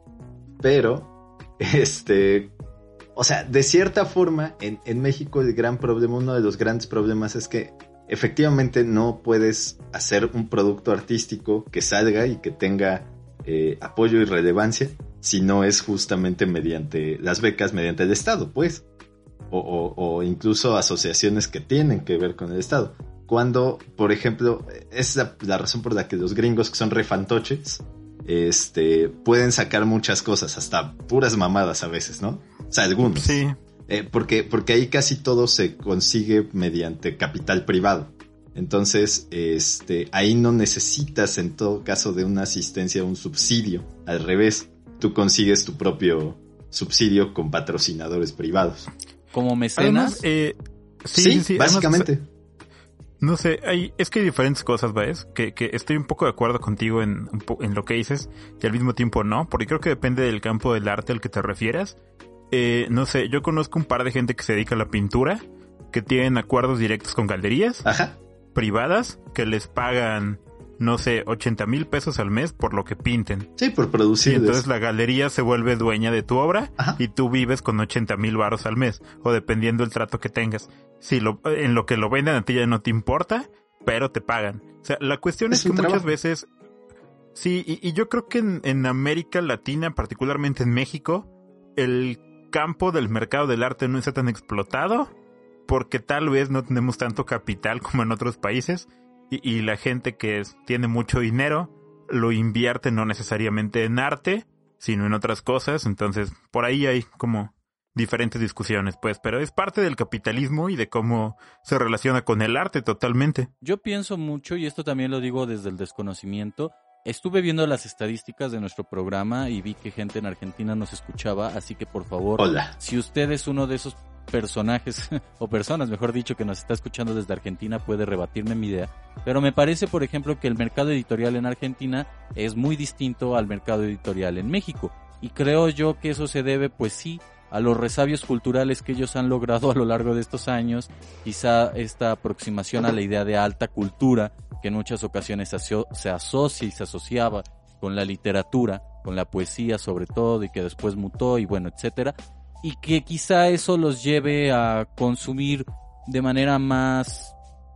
C: pero, este, o sea, de cierta forma, en, en México el gran problema, uno de los grandes problemas es que efectivamente no puedes hacer un producto artístico que salga y que tenga eh, apoyo y relevancia si no es justamente mediante las becas, mediante el Estado, pues. O, o, o incluso asociaciones que tienen que ver con el Estado. Cuando, por ejemplo, es la, la razón por la que los gringos que son re fantoches este, pueden sacar muchas cosas, hasta puras mamadas a veces, ¿no? O sea, algunos.
D: Sí.
C: Eh, porque, porque ahí casi todo se consigue mediante capital privado. Entonces, este, ahí no necesitas en todo caso de una asistencia o un subsidio. Al revés, tú consigues tu propio subsidio con patrocinadores privados.
A: ¿Como mecenas?
D: Además, eh, sí,
C: sí,
D: sí, sí,
C: básicamente.
D: Además, no sé, hay, es que hay diferentes cosas, ¿ves? Que, que estoy un poco de acuerdo contigo en, en lo que dices y al mismo tiempo no, porque creo que depende del campo del arte al que te refieras. Eh, no sé, yo conozco un par de gente que se dedica a la pintura, que tienen acuerdos directos con galerías
C: Ajá.
D: privadas que les pagan, no sé, ochenta mil pesos al mes por lo que pinten.
C: Sí, por producir.
D: Y entonces la galería se vuelve dueña de tu obra.
C: Ajá.
D: Y tú vives con ochenta mil varos al mes, o dependiendo del trato que tengas. Si lo, en lo que lo venden a ti ya no te importa, pero te pagan. O sea, la cuestión es, es que muchas trabajo. veces... Sí, y, y yo creo que en, en América Latina, particularmente en México, el campo del mercado del arte no está tan explotado, porque tal vez no tenemos tanto capital como en otros países. Y, y la gente que es, tiene mucho dinero lo invierte no necesariamente en arte, sino en otras cosas. Entonces, por ahí hay como diferentes discusiones, pues. Pero es parte del capitalismo y de cómo se relaciona con el arte totalmente.
A: Yo pienso mucho, y esto también lo digo desde el desconocimiento, estuve viendo las estadísticas de nuestro programa y vi que gente en Argentina nos escuchaba, así que por favor,
C: Hola.
A: Si usted es uno de esos personajes, o personas, mejor dicho, que nos está escuchando desde Argentina, puede rebatirme mi idea. Pero me parece, por ejemplo, que el mercado editorial en Argentina es muy distinto al mercado editorial en México. Y creo yo que eso se debe, pues sí, a los resabios culturales que ellos han logrado a lo largo de estos años. Quizá esta aproximación a la idea de alta cultura, que en muchas ocasiones se asocia y se asociaba con la literatura, con la poesía sobre todo, y que después mutó y bueno, etcétera. Y que quizá eso los lleve a consumir de manera más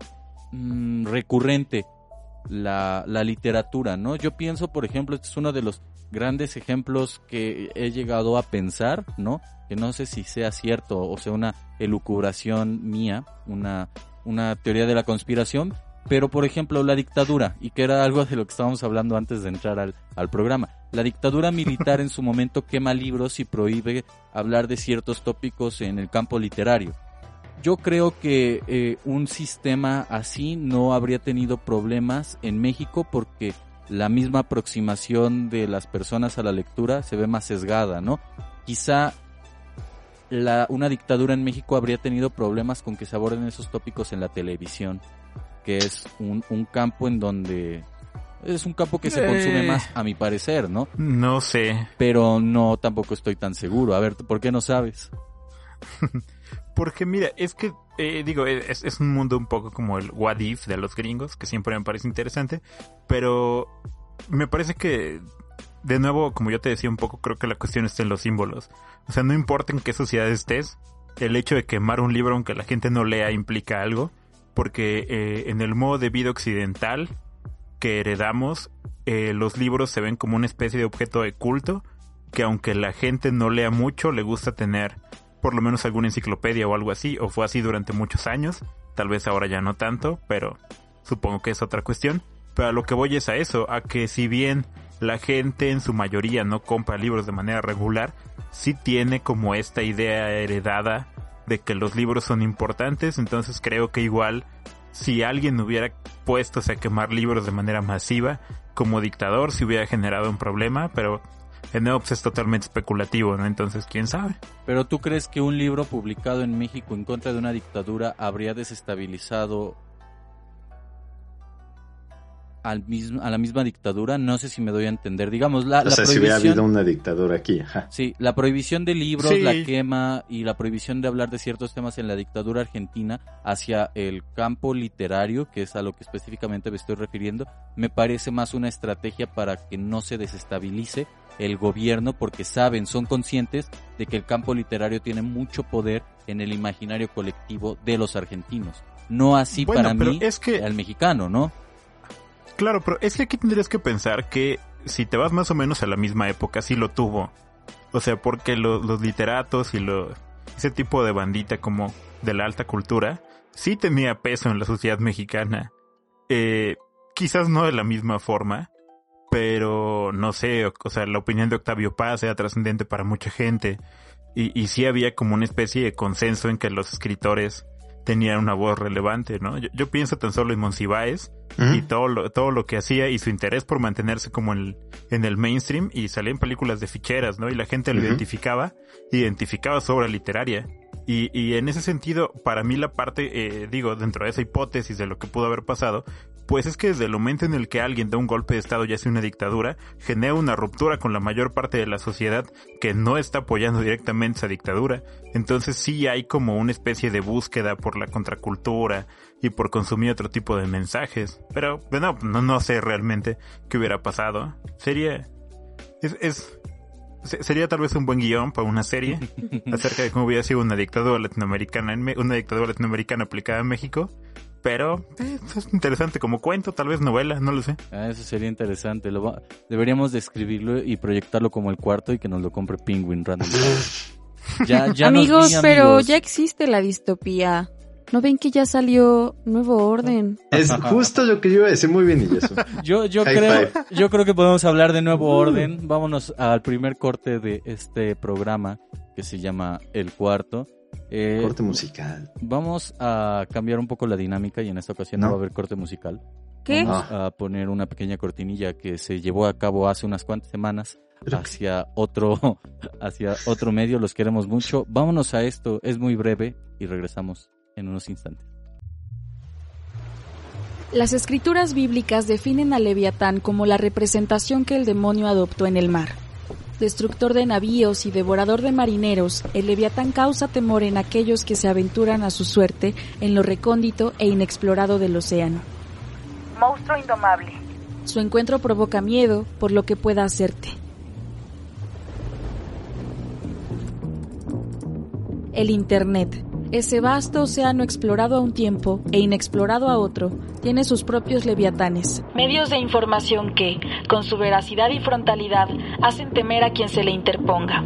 A: mmm, recurrente la, la literatura, ¿no? Yo pienso, por ejemplo, este es uno de los grandes ejemplos que he llegado a pensar, ¿no? Que no sé si sea cierto o sea una elucubración mía, una, una teoría de la conspiración, pero por ejemplo la dictadura, y que era algo de lo que estábamos hablando antes de entrar al, al programa. La dictadura militar en su momento quema libros y prohíbe hablar de ciertos tópicos en el campo literario. Yo creo que eh, un sistema así no habría tenido problemas en México porque la misma aproximación de las personas a la lectura se ve más sesgada, ¿no? Quizá la, una dictadura en México habría tenido problemas con que se aborden esos tópicos en la televisión, que es un, un campo en donde... Es un campo que se consume eh, más, a mi parecer, ¿no?
D: No sé.
A: Pero no, tampoco estoy tan seguro. A ver, ¿por qué no sabes?
D: Porque mira, es que eh, digo, es, es un mundo un poco como el what if de los gringos, que siempre me parece interesante, pero me parece que, de nuevo, como yo te decía un poco, creo que la cuestión está en los símbolos. O sea, no importa en qué sociedad estés, el hecho de quemar un libro aunque la gente no lea implica algo, porque eh, en el modo de vida occidental que heredamos, eh, los libros se ven como una especie de objeto de culto, que aunque la gente no lea mucho, le gusta tener por lo menos alguna enciclopedia o algo así, o fue así durante muchos años, tal vez ahora ya no tanto, pero supongo que es otra cuestión. Pero a lo que voy es a eso, a que si bien la gente en su mayoría no compra libros de manera regular, sí tiene como esta idea heredada de que los libros son importantes. Entonces creo que igual si alguien hubiera puesto a quemar libros de manera masiva como dictador, se hubiera generado un problema, pero de nuevo pues es totalmente especulativo, ¿no? Entonces quién sabe.
A: Pero ¿tú crees que un libro publicado en México en contra de una dictadura habría desestabilizado al mismo, a la misma dictadura? No sé si me doy a entender. Digamos, la,
C: o
A: la
C: sea,
A: prohibición...
C: si hubiera habido una dictadura aquí, ajá.
A: Sí, la prohibición de libros,
D: sí.
A: la quema y la prohibición de hablar de ciertos temas en la dictadura argentina hacia el campo literario, que es a lo que específicamente me estoy refiriendo, me parece más una estrategia para que no se desestabilice el gobierno, porque saben, son conscientes de que el campo literario tiene mucho poder en el imaginario colectivo de los argentinos. No así
D: bueno,
A: para mí
D: es que...
A: al mexicano, ¿no?
D: Claro, pero es que aquí tendrías que pensar que si te vas más o menos a la misma época, sí lo tuvo. O sea, porque lo, los literatos y lo, ese tipo de bandita como de la alta cultura, sí tenía peso en la sociedad mexicana. Eh, quizás no de la misma forma, pero no sé, o, o sea, la opinión de Octavio Paz era trascendente para mucha gente. Y, y sí había como una especie de consenso en que los escritores tenían una voz relevante, ¿no? Yo, yo pienso tan solo en Monsiváis ¿Mm? y todo lo, todo lo que hacía y su interés por mantenerse como en el, en el mainstream, y salían películas de ficheras, ¿no? Y la gente lo uh-huh. identificaba, identificaba su obra literaria. Y, y en ese sentido, para mí la parte, eh, digo, dentro de esa hipótesis de lo que pudo haber pasado, pues es que desde el momento en el que alguien da un golpe de estado, ya sea una dictadura, genera una ruptura con la mayor parte de la sociedad que no está apoyando directamente esa dictadura. Entonces sí hay como una especie de búsqueda por la contracultura y por consumir otro tipo de mensajes. Pero bueno, no, no sé realmente qué hubiera pasado. Sería... es, es sería tal vez un buen guión para una serie acerca de cómo hubiera sido una dictadura latinoamericana en Me- una dictadura latinoamericana aplicada en México. Pero eh, es interesante como cuento, tal vez novela, no lo sé.
A: Ah, eso sería interesante. Lo va... Deberíamos de escribirlo y proyectarlo como El Cuarto y que nos lo compre Penguin Random. ya, ya
B: amigos,
A: vi,
B: pero
A: amigos.
B: ya existe la distopía. ¿No ven que ya salió Nuevo Orden?
C: Es justo lo que yo iba a decir. Muy bien, Iyasu.
A: Yo, yo
C: High
A: creo,
C: five.
A: yo creo que podemos hablar de Nuevo Orden. Vámonos al primer corte de este programa que se llama El Cuarto. Eh,
C: corte musical.
A: Vamos a cambiar un poco la dinámica y en esta ocasión no, no va a haber corte musical.
B: ¿Qué?
A: Vamos
C: ah.
A: a poner una pequeña cortinilla que se llevó a cabo hace unas cuantas semanas
C: Pero...
A: hacia otro, hacia otro medio. Los queremos mucho. Vámonos a esto, es muy breve y regresamos en unos instantes.
E: Las escrituras bíblicas definen a Leviatán como la representación que el demonio adoptó en el mar. Destructor de navíos y devorador de marineros, el Leviatán causa temor en aquellos que se aventuran a su suerte en lo recóndito e inexplorado del océano.
F: Monstruo indomable.
E: Su encuentro provoca miedo por lo que pueda hacerte. El Internet. Ese vasto océano explorado a un tiempo e inexplorado a otro, tiene sus propios leviatanes. Medios de información que, con su veracidad y frontalidad, hacen temer a quien se le interponga.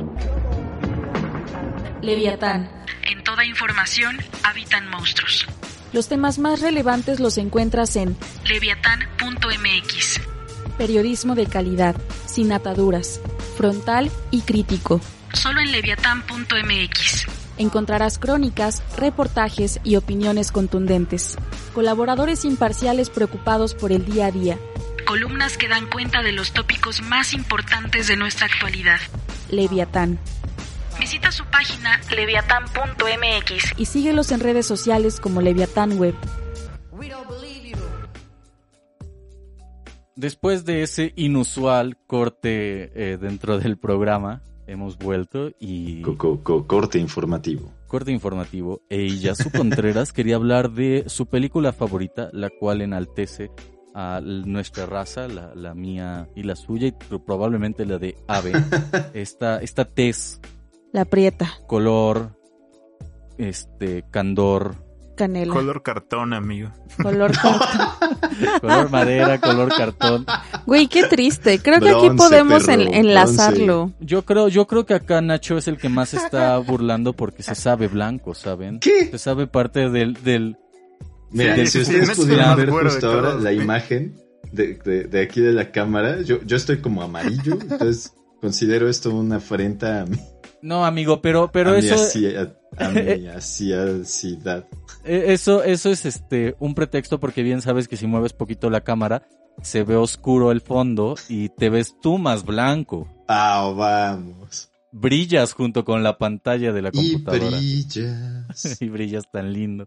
E: Leviatán. En toda información habitan monstruos. Los temas más relevantes los encuentras en leviatán punto eme equis. Periodismo de calidad, sin ataduras, frontal y crítico. Solo en leviatán punto eme equis. Encontrarás crónicas, reportajes y opiniones contundentes. Colaboradores imparciales preocupados por el día a día. Columnas que dan cuenta de los tópicos más importantes de nuestra actualidad. Leviatán. Visita su página leviatán punto eme equis y síguelos en redes sociales como Leviatán Web.
A: Después de ese inusual corte eh, dentro del programa, hemos vuelto y...
C: Co- co- co- corte informativo.
A: corte informativo, e Iyasu Contreras quería hablar de su película favorita, la cual enaltece a nuestra raza, la, la mía y la suya, y probablemente la de Ave. Esta, esta tez.
B: La prieta.
A: Color, este, candor.
B: Canela.
D: Color cartón, amigo.
B: Color cartón.
A: Color madera, color cartón.
B: Güey, qué triste. Creo
C: Bronce,
B: que aquí podemos
C: perro,
B: en, enlazarlo.
C: bronce.
A: Yo creo, yo creo que acá Nacho es el que más se está burlando porque se sabe blanco, ¿saben?
C: ¿Qué?
A: Se sabe parte del... del
C: Mira,
A: del-
C: si
D: sí,
C: ustedes
D: sí,
C: pudieran
D: sí,
C: ver
D: güero
C: justo
D: de
C: ahora
D: todos,
C: la
D: sí.
C: imagen de, de, de aquí de la cámara, yo, yo estoy como amarillo, entonces considero esto una afrenta a mi,
A: No, amigo, pero, pero
C: a mi
A: eso...
C: asia- a mi asiacidad.
A: Eh, Eso, eso es este un pretexto porque bien sabes que si mueves poquito la cámara se ve oscuro el fondo y te ves tú más blanco.
C: Ah, vamos.
A: Brillas junto con la pantalla de la
C: Y
A: computadora.
C: brillas.
A: Y brillas tan lindo.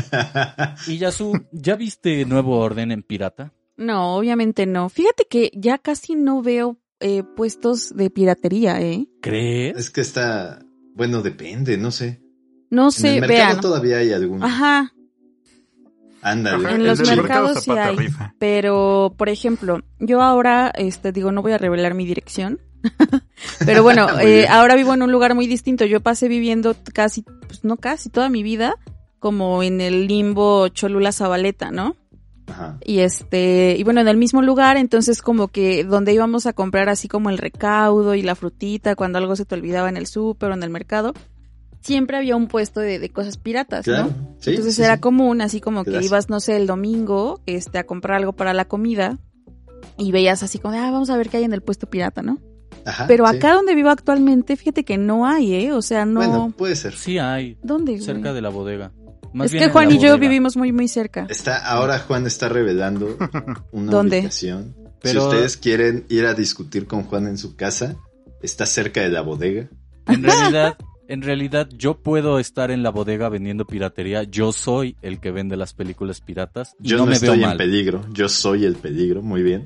A: Y Yasu, ¿ya viste Nuevo Orden en pirata?
B: No, obviamente no. Fíjate que ya casi no veo eh, puestos de piratería, ¿eh?
A: ¿Crees?
C: Es que está, bueno, depende, no sé.
B: No
C: En
B: sé,
C: el mercado
B: vean.
C: todavía hay algunos.
B: Ajá,
C: Ándale.
B: en
D: El
B: los
D: del
B: mercados
D: mercado
B: sí
D: Zapata
B: hay.
D: rifa.
B: Pero, por ejemplo, yo ahora, este, digo, no voy a revelar mi dirección. Pero bueno,
C: Muy
B: eh,
C: bien.
B: ahora vivo en un lugar muy distinto. Yo pasé viviendo casi, pues no casi, toda mi vida como en el limbo Cholula Zabaleta, ¿no?
C: Ajá.
B: Y este, y bueno, en el mismo lugar, entonces como que donde íbamos a comprar así como el recaudo y la frutita, cuando algo se te olvidaba en el súper o en el mercado, siempre había un puesto de, de cosas piratas,
C: Claro.
B: ¿no?
C: Sí,
B: Entonces
C: sí,
B: era
C: sí.
B: común, así como que
C: Gracias.
B: ibas, no sé, el domingo, este, a comprar algo para la comida y veías así como, de, ah, vamos a ver qué hay en el puesto pirata, ¿no?
C: Ajá,
B: Pero
C: sí.
B: acá donde vivo actualmente, fíjate que no hay, ¿eh? O sea, no.
C: Bueno, puede ser.
A: Sí hay,
B: ¿Dónde, güey?
A: cerca de la bodega. Más
B: Es
A: bien
B: que
A: en
B: Juan
A: la
B: y yo
A: bodega.
B: vivimos muy, muy cerca.
C: Está, ahora Juan está revelando una
B: ¿Dónde?
C: ubicación.
A: Pero-
C: Si ustedes quieren ir a discutir con Juan en su casa, está cerca de la bodega.
A: En realidad, en realidad yo puedo estar en la bodega vendiendo piratería. Yo soy el que vende las películas piratas y
C: Yo
A: no,
C: no,
A: me
C: estoy
A: veo
C: en
A: mal.
C: peligro, yo soy el peligro, muy bien.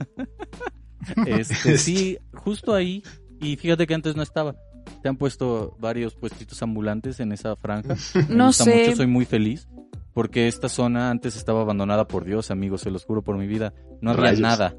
A: Este, sí, justo ahí. Y fíjate que antes no estaba. Te han puesto varios puestitos ambulantes en esa franja. Me
B: No
A: gusta
B: sé.
A: mucho, soy muy feliz. Porque esta zona antes estaba abandonada por Dios, amigos, se los juro por mi vida. No había
C: Rayos.
A: nada.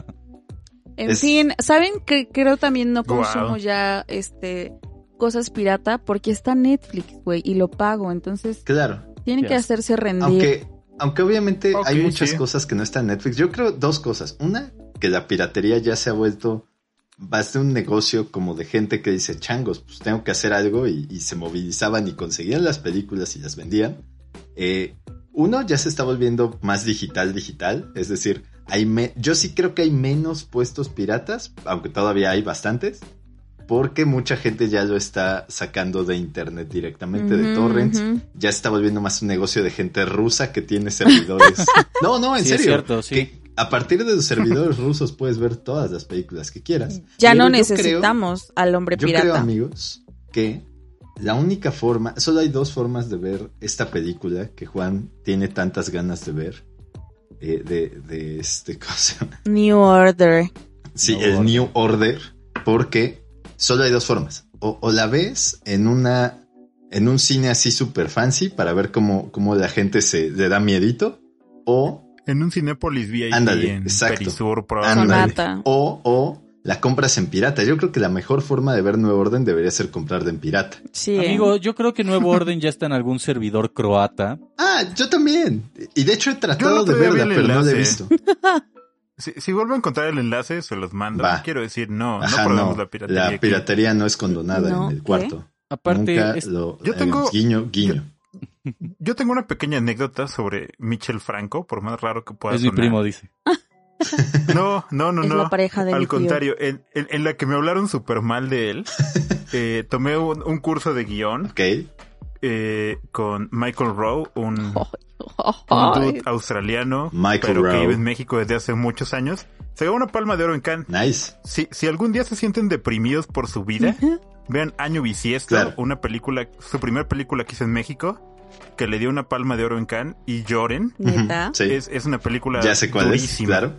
B: En
C: Es-
B: fin, ¿saben que creo también no consumo
D: Guau.
B: ya este cosas pirata? Porque está Netflix, güey, y lo pago, entonces
C: Claro.
B: tienen
A: Qué
B: que
A: asco.
B: hacerse rendir.
C: Aunque, aunque obviamente
D: Ok,
C: hay muchas
D: sí.
C: cosas que no están en Netflix. Yo creo dos cosas. Una, que la piratería ya se ha vuelto bastante un negocio como de gente que dice, changos, pues tengo que hacer algo y, y se movilizaban y conseguían las películas y las vendían. Eh, uno, ya se está volviendo más digital, digital. Es decir, hay me- yo sí creo que hay menos puestos piratas, aunque todavía hay bastantes. Porque mucha gente ya lo está sacando de internet directamente, de
B: Ujú,
C: torrents.
B: ujú.
C: Ya está volviendo más un negocio de gente rusa que tiene servidores. No, no, en
A: Sí, es
C: serio.
A: cierto, sí.
C: Que a partir de los servidores rusos puedes ver todas las películas que quieras.
B: Ya
C: Pero
B: no
C: yo
B: necesitamos al hombre
C: Creo, yo
B: pirata.
C: creo, amigos, que la única forma, solo hay dos formas de ver esta película que Juan tiene tantas ganas de ver. Eh, de, de este cosa.
B: New Order.
C: Sí,
A: New
C: el
A: Order.
C: New Order, porque solo hay dos formas. O, o la ves en una en un cine así super fancy para ver cómo, cómo la gente se le da miedito, o
D: En un Cinépolis V I P
C: Ándale,
D: en
C: exacto.
D: Perisur, probablemente.
C: ándale,
B: Sonata.
C: o, o la compras en pirata. Yo creo que la mejor forma de ver Nuevo Orden debería ser comprarla en pirata.
B: Sí. ¿eh?
A: Amigo, yo creo que Nuevo Orden ya está en algún servidor croata.
C: Ah, yo también. Y de hecho he
D: Yo el
C: tratado
D: otro
C: de
D: día vi
C: verla,
D: el
C: pero no la he
D: enlace.
C: visto.
D: Si, si vuelvo a encontrar el enlace, se los mando.
C: Va.
D: Quiero decir, no,
C: Ajá,
D: no perdemos
C: no.
D: la piratería.
C: La
D: aquí.
C: piratería no es condonada
B: No,
C: en el
B: ¿qué?
C: cuarto.
A: Aparte,
C: Nunca
A: es-
C: lo
D: Yo tengo-
C: hagamos. Guiño, guiño.
D: Yo tengo una pequeña anécdota sobre Michel Franco, por más raro que pueda
A: es mi
D: sonar.
A: primo, dice.
D: No, no, no,
B: Es
D: no.
B: la pareja de mi
D: Al
B: tío.
D: contrario, en, en- en la que me hablaron súper mal de él, eh, tomé un, un curso de guión
C: Ok.
D: eh, con Michael Rowe, un, un
B: Ay.
D: dude australiano,
C: Michael
D: pero que
C: Rowe.
D: vive en México desde hace muchos años. Se ganó una palma de oro en Cannes.
C: Nice.
D: Si, si algún día se sienten deprimidos por su vida, vean Año Bisiesto,
C: Claro.
D: una película, su primera película que hizo en México, que le dio una palma de oro en Cannes, y lloren.
B: Neta.
C: Ujú, sí.
D: Es, es una película
C: Ya sé cuál es,
D: durísima.
C: claro.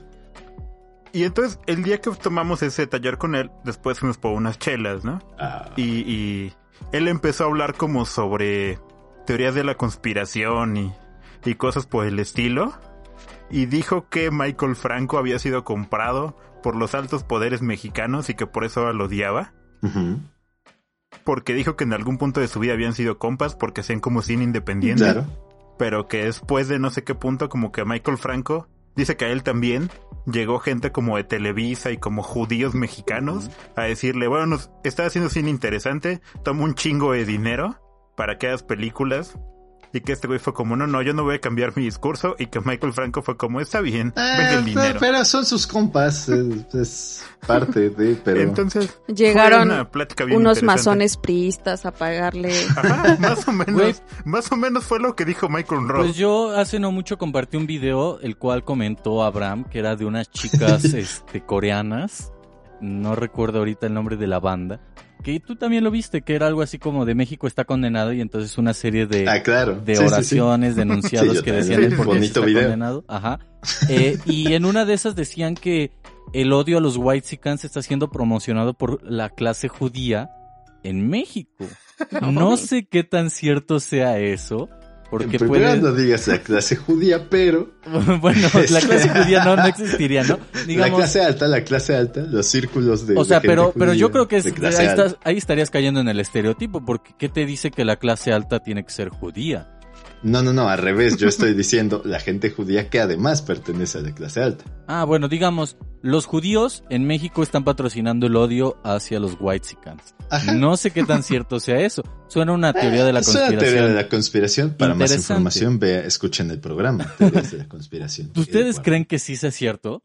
D: Y entonces, el día que tomamos ese taller con él, después fuimos por unas chelas, ¿no?
C: Ah,
D: Y, y él empezó a hablar como sobre teorías de la conspiración y, y cosas por el estilo. Y dijo que Michael Franco había sido comprado por los altos poderes mexicanos y que por eso lo odiaba.
C: Uh-huh.
D: Porque dijo que en algún punto de su vida habían sido compas porque hacían como cine independiente.
C: Claro.
D: Pero que después de no sé qué punto, como que Michael Franco dice que a él también llegó gente como de Televisa y como judíos mexicanos uh-huh. a decirle, bueno, nos está haciendo cine interesante, toma un chingo de dinero para que hagas películas. Y que este güey fue como, no, no, yo no voy a cambiar mi discurso. Y que Michael Franco fue como, está bien,
C: eh,
D: venga el dinero.
C: Pero son sus compas, es, es parte de, pero...
D: Entonces,
B: llegaron unos masones priistas a pagarle.
D: Ajá, más o menos, güey, más o menos fue lo que dijo Michael Ross.
A: Pues yo hace no mucho compartí un video, el cual comentó Abraham, que era de unas chicas este, coreanas. No recuerdo ahorita el nombre de la banda. Que tú también lo viste, que era algo así como de México está condenado y entonces una serie de,
C: ah, claro.
A: de
C: sí,
A: denunciados
C: sí,
A: sí. que decían el por qué está video. Condenado. Ajá. Eh, y en una de esas decían que el odio a los whitexicans está siendo promocionado por la clase judía en México. No sé qué tan cierto sea eso. Porque
C: en
A: puede...
C: no digas la clase judía, pero...
A: bueno, la clase judía no, no existiría, ¿no? Digamos...
C: La clase alta, la clase alta, los círculos de...
A: O sea,
C: de
A: pero,
C: judía,
A: pero yo creo que es, ahí, estás,
C: alta.
A: ahí estarías cayendo en el estereotipo, porque ¿qué te dice que la clase alta tiene que ser judía?
C: No, no, no, al revés, yo estoy diciendo la gente judía que además pertenece a la clase alta.
A: Ah, bueno, digamos, los judíos en México están patrocinando el odio hacia los whitexicans. No sé qué tan cierto sea eso. Suena una teoría de la conspiración.
C: Es una teoría de la conspiración. Para más información, vea, escuchen el programa, Teorías de la Conspiración.
A: ¿Ustedes creen que sí sea cierto?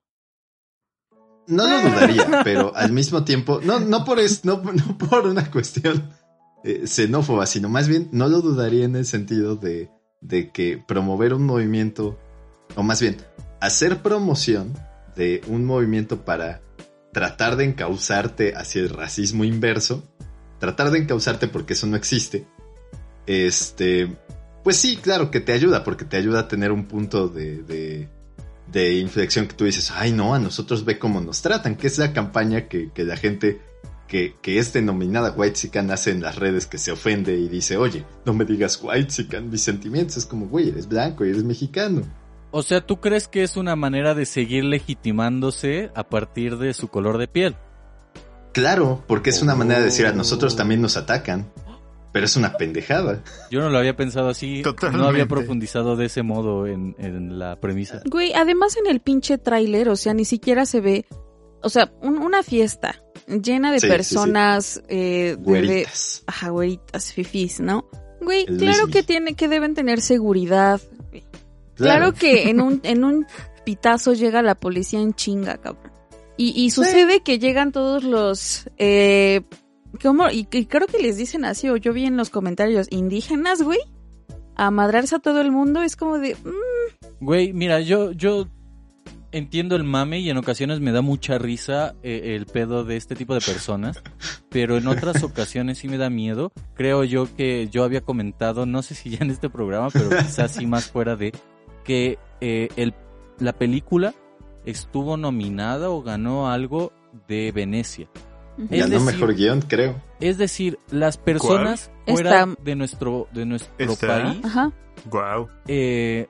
C: No lo dudaría, pero al mismo tiempo, no, no por es, no, no por una cuestión eh, xenófoba, sino más bien no lo dudaría en el sentido de, de que promover un movimiento, o más bien, hacer promoción de un movimiento para tratar de encauzarte hacia el racismo inverso, tratar de encauzarte porque eso no existe, este, pues sí, claro que te ayuda, porque te ayuda a tener un punto de, de, de inflexión que tú dices, ay no, a nosotros ve cómo nos tratan, que es la campaña que, que la gente que, que es denominada whitexican hace en las redes, que se ofende y dice, oye, no me digas whitexican, mis sentimientos, es como, güey, eres blanco y eres mexicano.
A: O sea, ¿tú crees que es una manera de seguir legitimándose a partir de su color de piel?
C: Claro, porque es una oh. manera de decir, a nosotros también nos atacan, pero es una pendejada.
A: Yo no lo había pensado así, Totalmente. No había profundizado de ese modo en, en la premisa.
B: Güey, además en el pinche tráiler, o sea, ni siquiera se ve, o sea, un, una fiesta llena de sí, personas, sí, sí. Eh, de,
C: güeritas.
B: De, ajá, güeritas, fifís, ¿no? Güey, el claro que tiene, que deben tener seguridad. Claro, claro que en un, en un pitazo llega la policía en chinga, cabrón. Y, y sucede sí. que llegan todos los, eh, ¿cómo? Y, y creo que les dicen así, o yo vi en los comentarios, indígenas, güey, a madrarse a todo el mundo, es como de... Mmm.
A: Güey, mira, yo, yo entiendo el mame y en ocasiones me da mucha risa eh, el pedo de este tipo de personas, pero en otras ocasiones sí me da miedo. Creo yo que yo había comentado, no sé si ya en este programa, pero quizás sí más fuera de... que eh, el, la película estuvo nominada o ganó algo de Venecia.
C: Ganó decir, mejor guión, creo.
A: Es decir, las personas ¿Cuál? fuera Esta... de nuestro de nuestro ¿Esta? país
B: Ajá.
D: Wow.
A: Eh,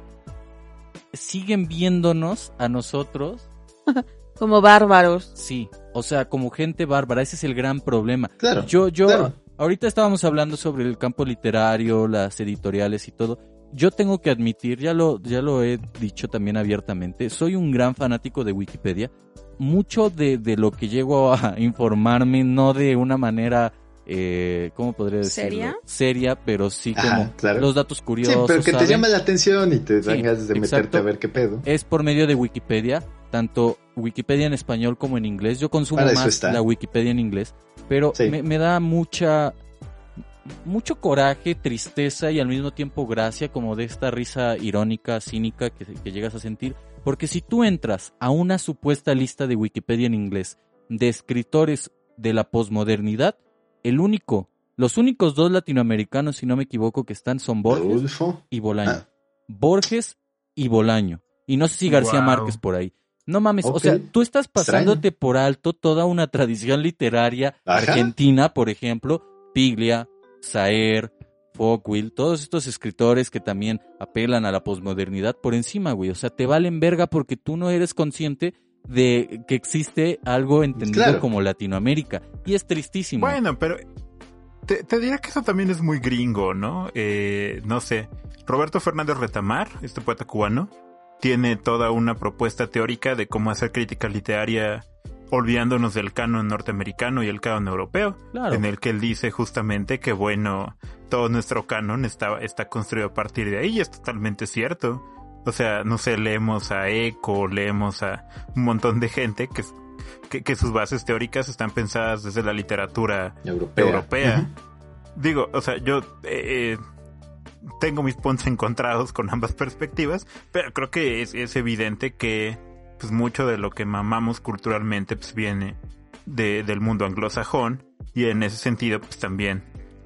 A: siguen viéndonos a nosotros
B: como bárbaros.
A: Sí, o sea, como gente bárbara. Ese es el gran problema.
C: Claro.
A: Yo, yo,
C: claro.
A: ahorita estábamos hablando sobre el campo literario, las editoriales y todo. Yo tengo que admitir, ya lo, ya lo he dicho también abiertamente, soy un gran fanático de Wikipedia. Mucho de, de lo que llego a informarme, no de una manera, eh, ¿cómo podría decirlo?
B: ¿Seria?
A: Seria, pero sí como
C: Ajá, claro.
A: los datos curiosos.
C: Sí, pero que
A: ¿saben?
C: te llama la atención y te dan
A: sí,
C: ganas de
A: exacto.
C: meterte a ver qué pedo.
A: Es por medio de Wikipedia, tanto Wikipedia en español como en inglés. Yo consumo
C: Para
A: más la Wikipedia en inglés, pero sí. me, me da mucha... mucho coraje, tristeza y al mismo tiempo gracia, como de esta risa irónica, cínica que, que llegas a sentir, porque si tú entras a una supuesta lista de Wikipedia en inglés de escritores de la posmodernidad, el único, los únicos dos latinoamericanos, si no me equivoco, que están son Borges
C: Rodolfo.
A: y Bolaño.
C: Ah.
A: Borges y Bolaño. Y no sé si García
D: wow.
A: Márquez por ahí. No mames,
C: okay.
A: o sea, tú estás pasándote
C: Extraño.
A: por alto toda una tradición literaria
C: Ajá.
A: argentina, por ejemplo, Piglia, Saer, Folkville, todos estos escritores que también apelan a la posmodernidad por encima, güey. O sea, te valen verga porque tú no eres consciente de que existe algo entendido claro. como Latinoamérica. Y es tristísimo.
D: Bueno, pero te, te diría que eso también es muy gringo, ¿no? Eh, no sé. Roberto Fernández Retamar, este poeta cubano, tiene toda una propuesta teórica de cómo hacer crítica literaria olvidándonos del canon norteamericano y el canon europeo, claro. en el que él dice justamente que, bueno, todo nuestro canon está, está construido a partir de ahí, y es totalmente cierto. O sea, no sé, leemos a Eco, leemos a un montón de gente que, que, que sus bases teóricas están pensadas desde la literatura europea. europea. Uh-huh. Digo, o sea, yo eh, tengo mis puntos encontrados con ambas perspectivas, pero creo que es, es evidente que pues mucho de lo que mamamos culturalmente pues viene de, del mundo anglosajón, y en ese sentido pues también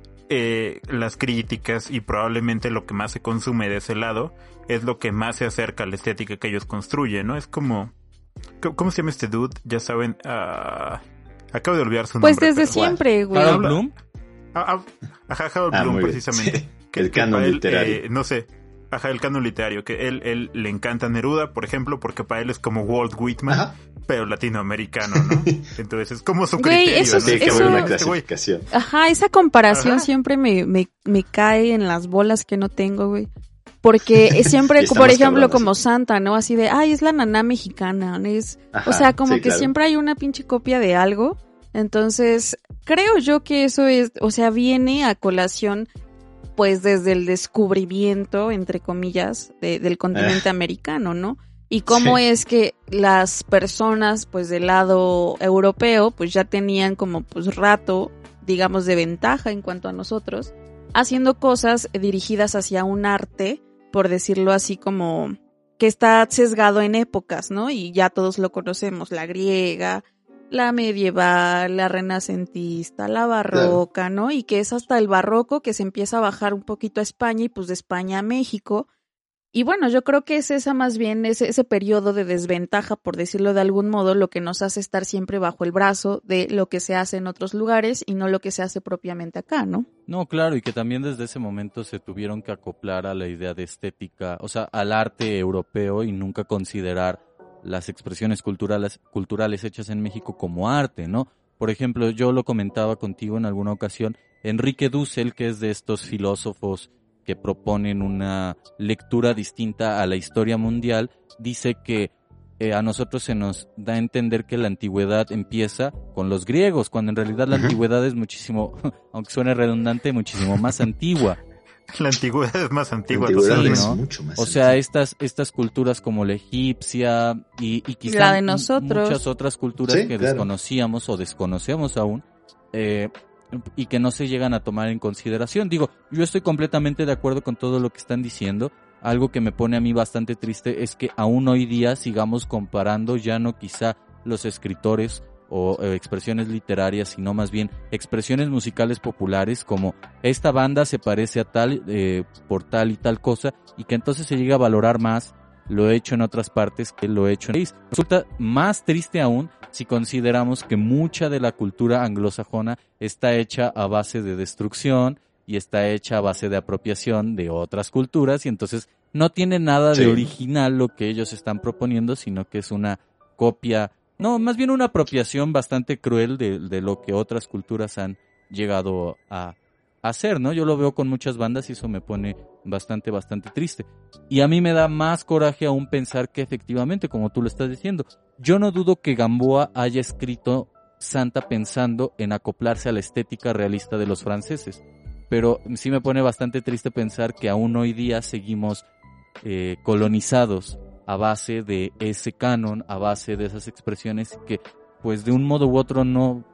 D: eh, las críticas y probablemente lo que más se consume de ese lado es lo que más se acerca a la estética que ellos construyen, ¿no? Es como... ¿Cómo se llama este dude? Ya saben... Uh, acabo de olvidar su
B: pues
D: nombre.
B: Pues desde
D: pero,
B: siempre, güey.
A: ¿Harold Bloom?
D: Ajá, Harold
C: ah,
D: Bloom, precisamente.
C: Sí.
D: Que,
C: el canon
D: que él,
C: literario.
D: Eh, no sé... Ajá, el canon literario, que él, él le encanta Neruda, por ejemplo, porque para él es como Walt Whitman, ajá. pero latinoamericano, ¿no? Entonces es como su
B: Güey,
D: criterio,
B: eso,
D: ¿no?
C: Tiene que
B: eso,
C: haber una clasificación.
B: Ajá, esa comparación
D: ajá.
B: siempre me, me, me cae en las bolas que no tengo, güey. Porque siempre, por ejemplo, como así. Santa, ¿no? Así de, ay, es la naná mexicana, ¿no? Es, ajá, o sea, como sí, que claro. siempre hay una pinche copia de algo. Entonces, creo yo que eso es, o sea, viene a colación pues desde el descubrimiento, entre comillas, de, del continente eh. americano, ¿no? Y cómo sí. es que las personas, pues, del lado europeo, pues, ya tenían como, pues, rato, digamos, de ventaja en cuanto a nosotros, haciendo cosas dirigidas hacia un arte, por decirlo así, como que está sesgado en épocas, ¿no? Y ya todos lo conocemos, la griega, la medieval, la renacentista, la barroca, ¿no? Y que es hasta el barroco que se empieza a bajar un poquito a España y pues de España a México. Y bueno, yo creo que es esa más bien, ese, ese periodo de desventaja, por decirlo de algún modo, lo que nos hace estar siempre bajo el brazo de lo que se hace en otros lugares y no lo que se hace propiamente acá, ¿no?
A: No, claro, y que también desde ese momento se tuvieron que acoplar a la idea de estética, o sea, al arte europeo y nunca considerar las expresiones culturales, culturales hechas en México como arte, ¿no? Por ejemplo, yo lo comentaba contigo en alguna ocasión, Enrique Dussel, que es de estos filósofos que proponen una lectura distinta a la historia mundial, dice que eh, a nosotros se nos da a entender que la antigüedad empieza con los griegos, cuando en realidad la uh-huh. antigüedad es muchísimo, aunque suene redundante, muchísimo más antigua.
D: La antigüedad es más antigua.
C: La antigüedad
A: sí,
C: es
A: ¿no?
C: mucho más
A: o sea,
C: antigua.
A: estas estas culturas como la egipcia y, y quizá
B: la de nosotros.
A: muchas otras culturas
C: sí,
A: que
C: claro.
A: desconocíamos o desconocemos aún, eh, y que no se llegan a tomar en consideración. Digo, yo estoy completamente de acuerdo con todo lo que están diciendo. Algo que me pone a mí bastante triste es que aún hoy día sigamos comparando ya no quizá los escritores o eh, expresiones literarias, sino más bien expresiones musicales populares, como esta banda se parece a tal, eh, por tal y tal cosa, y que entonces se llega a valorar más lo hecho en otras partes que lo hecho en el país. Resulta más triste aún si consideramos que mucha de la cultura anglosajona está hecha a base de destrucción y está hecha a base de apropiación de otras culturas, y entonces no tiene nada sí. de original lo que ellos están proponiendo, sino que es una copia. No, más bien una apropiación bastante cruel de, de lo que otras culturas han llegado a hacer, ¿no? Yo lo veo con muchas bandas y eso me pone bastante, bastante triste. Y a mí me da más coraje aún pensar que efectivamente, como tú lo estás diciendo, yo no dudo que Gamboa haya escrito Santa pensando en acoplarse a la estética realista de los franceses, pero sí me pone bastante triste pensar que aún hoy día seguimos eh, colonizados a base de ese canon, a base de esas expresiones que, pues, de un modo u otro no,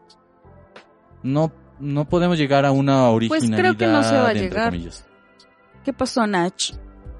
A: no, no podemos llegar a una originalidad.
B: Pues creo que no se va a
A: de,
B: llegar.
A: Comillas.
B: ¿Qué pasó, Nach?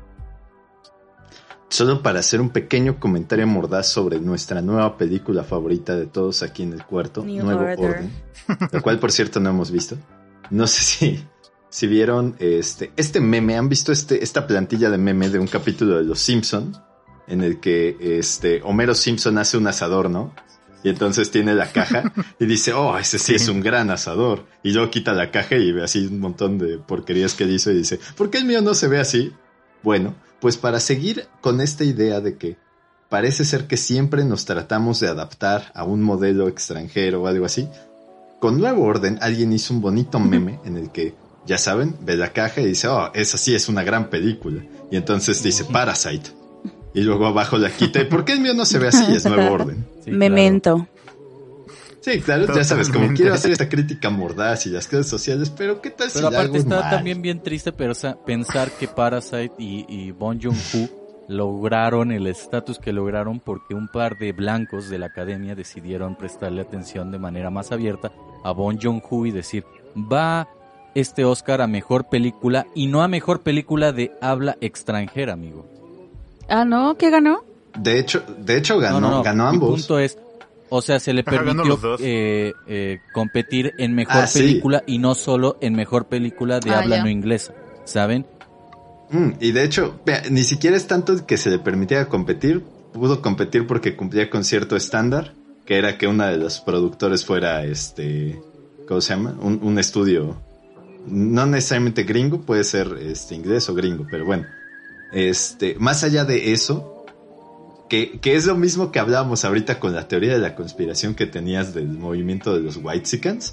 C: Solo para hacer un pequeño comentario mordaz sobre nuestra nueva película favorita de todos aquí en el cuarto,
B: New
C: Nuevo
B: Order.
C: Orden, lo cual, por cierto, no hemos visto. No sé si, si vieron este, este meme, ¿han visto este, esta plantilla de meme de un capítulo de Los Simpson en el que este Homero Simpson hace un asador, ¿no? Y entonces tiene la caja y dice, oh, ese sí, sí es un gran asador. Y luego quita la caja y ve así un montón de porquerías que hizo y dice, ¿por qué el mío no se ve así? Bueno, pues para seguir con esta idea de que parece ser que siempre nos tratamos de adaptar a un modelo extranjero o algo así, con Nuevo Orden alguien hizo un bonito meme en el que, ya saben, ve la caja y dice, oh, esa sí es una gran película. Y entonces dice Parasite. Y luego abajo la quita. ¿Y por qué el mío no se ve así? Es Nuevo Orden.
B: Sí, Memento.
C: Claro. Sí, claro, Totalmente. Ya sabes, como quiero hacer esta crítica mordaz y las redes sociales, pero ¿qué tal
A: pero
C: si la hago
A: aparte está
C: mal?
A: También bien triste pensar que Parasite y, y Bong Joon-ho lograron el estatus que lograron porque un par de blancos de la academia decidieron prestarle atención de manera más abierta a Bong Joon-ho y decir, va este Oscar a mejor película y no a mejor película de habla extranjera, amigo.
B: Ah, ¿no? ¿Qué ganó?
C: De hecho, de hecho ganó,
A: no, no, no.
C: ganó ambos.
A: Mi punto es, o sea, se le permitió eh, eh, competir en mejor ah, película sí. y no solo en mejor película de ah, habla ya. no inglesa, ¿saben?
C: Mm, y de hecho, vea, ni siquiera es tanto que se le permitiera competir, pudo competir porque cumplía con cierto estándar, que era que una de los productores fuera, este, ¿cómo se llama? Un, un estudio, no necesariamente gringo, puede ser este inglés o gringo, pero bueno. Este, más allá de eso, que, que es lo mismo que hablábamos ahorita con la teoría de la conspiración que tenías del movimiento de los Whitexicans,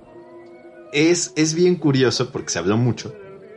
C: es, es bien curioso porque se habló mucho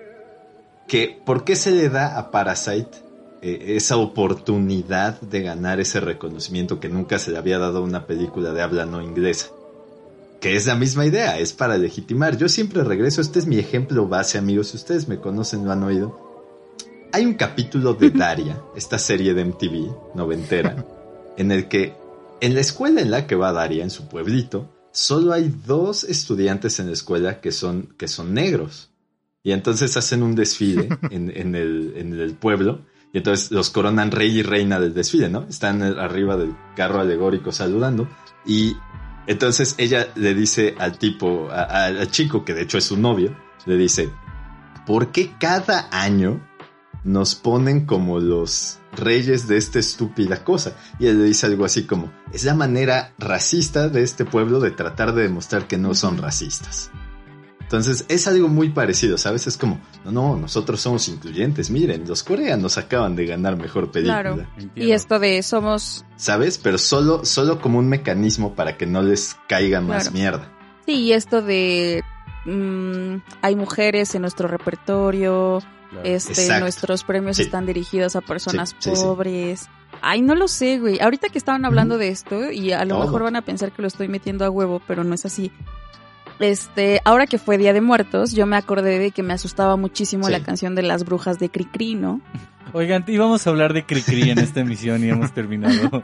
C: que por qué se le da a Parasite eh, esa oportunidad de ganar ese reconocimiento que nunca se le había dado a una película de habla no inglesa, que es la misma idea, es para legitimar. Yo siempre regreso, este es mi ejemplo base, amigos, si ustedes me conocen, lo han oído. Hay un capítulo de Daria, esta serie de M T V noventera, en el que en la escuela en la que va Daria, en su pueblito, solo hay dos estudiantes en la escuela que son, que son negros. Y entonces hacen un desfile en, en, el, en el pueblo, y entonces los coronan rey y reina del desfile, ¿no? Están arriba del carro alegórico saludando, y entonces ella le dice al tipo, a, a, al chico, que de hecho es su novio, le dice, ¿por qué cada año nos ponen como los reyes de esta estúpida cosa? Y él le dice algo así como, es la manera racista de este pueblo de tratar de demostrar que no son racistas. Entonces es algo muy parecido, ¿sabes? Es como, no, no, nosotros somos incluyentes, miren, los coreanos acaban de ganar mejor película.
B: Claro. Y esto de somos...
C: ¿Sabes? Pero solo, solo como un mecanismo para que no les caiga más claro. mierda.
B: Sí, y esto de... Mmm, hay mujeres en nuestro repertorio... Claro. Este, Exacto. Nuestros premios sí. están dirigidos a personas sí, pobres. Sí, sí. Ay, no lo sé, güey. Ahorita que estaban hablando mm. de esto, y a lo Todo. mejor van a pensar que lo estoy metiendo a huevo, pero no es así. Este, ahora que fue Día de Muertos, yo me acordé de que me asustaba muchísimo sí. la canción de las brujas de Cricri, ¿no?
A: Oigan, íbamos a hablar de Cricri en esta emisión y hemos terminado.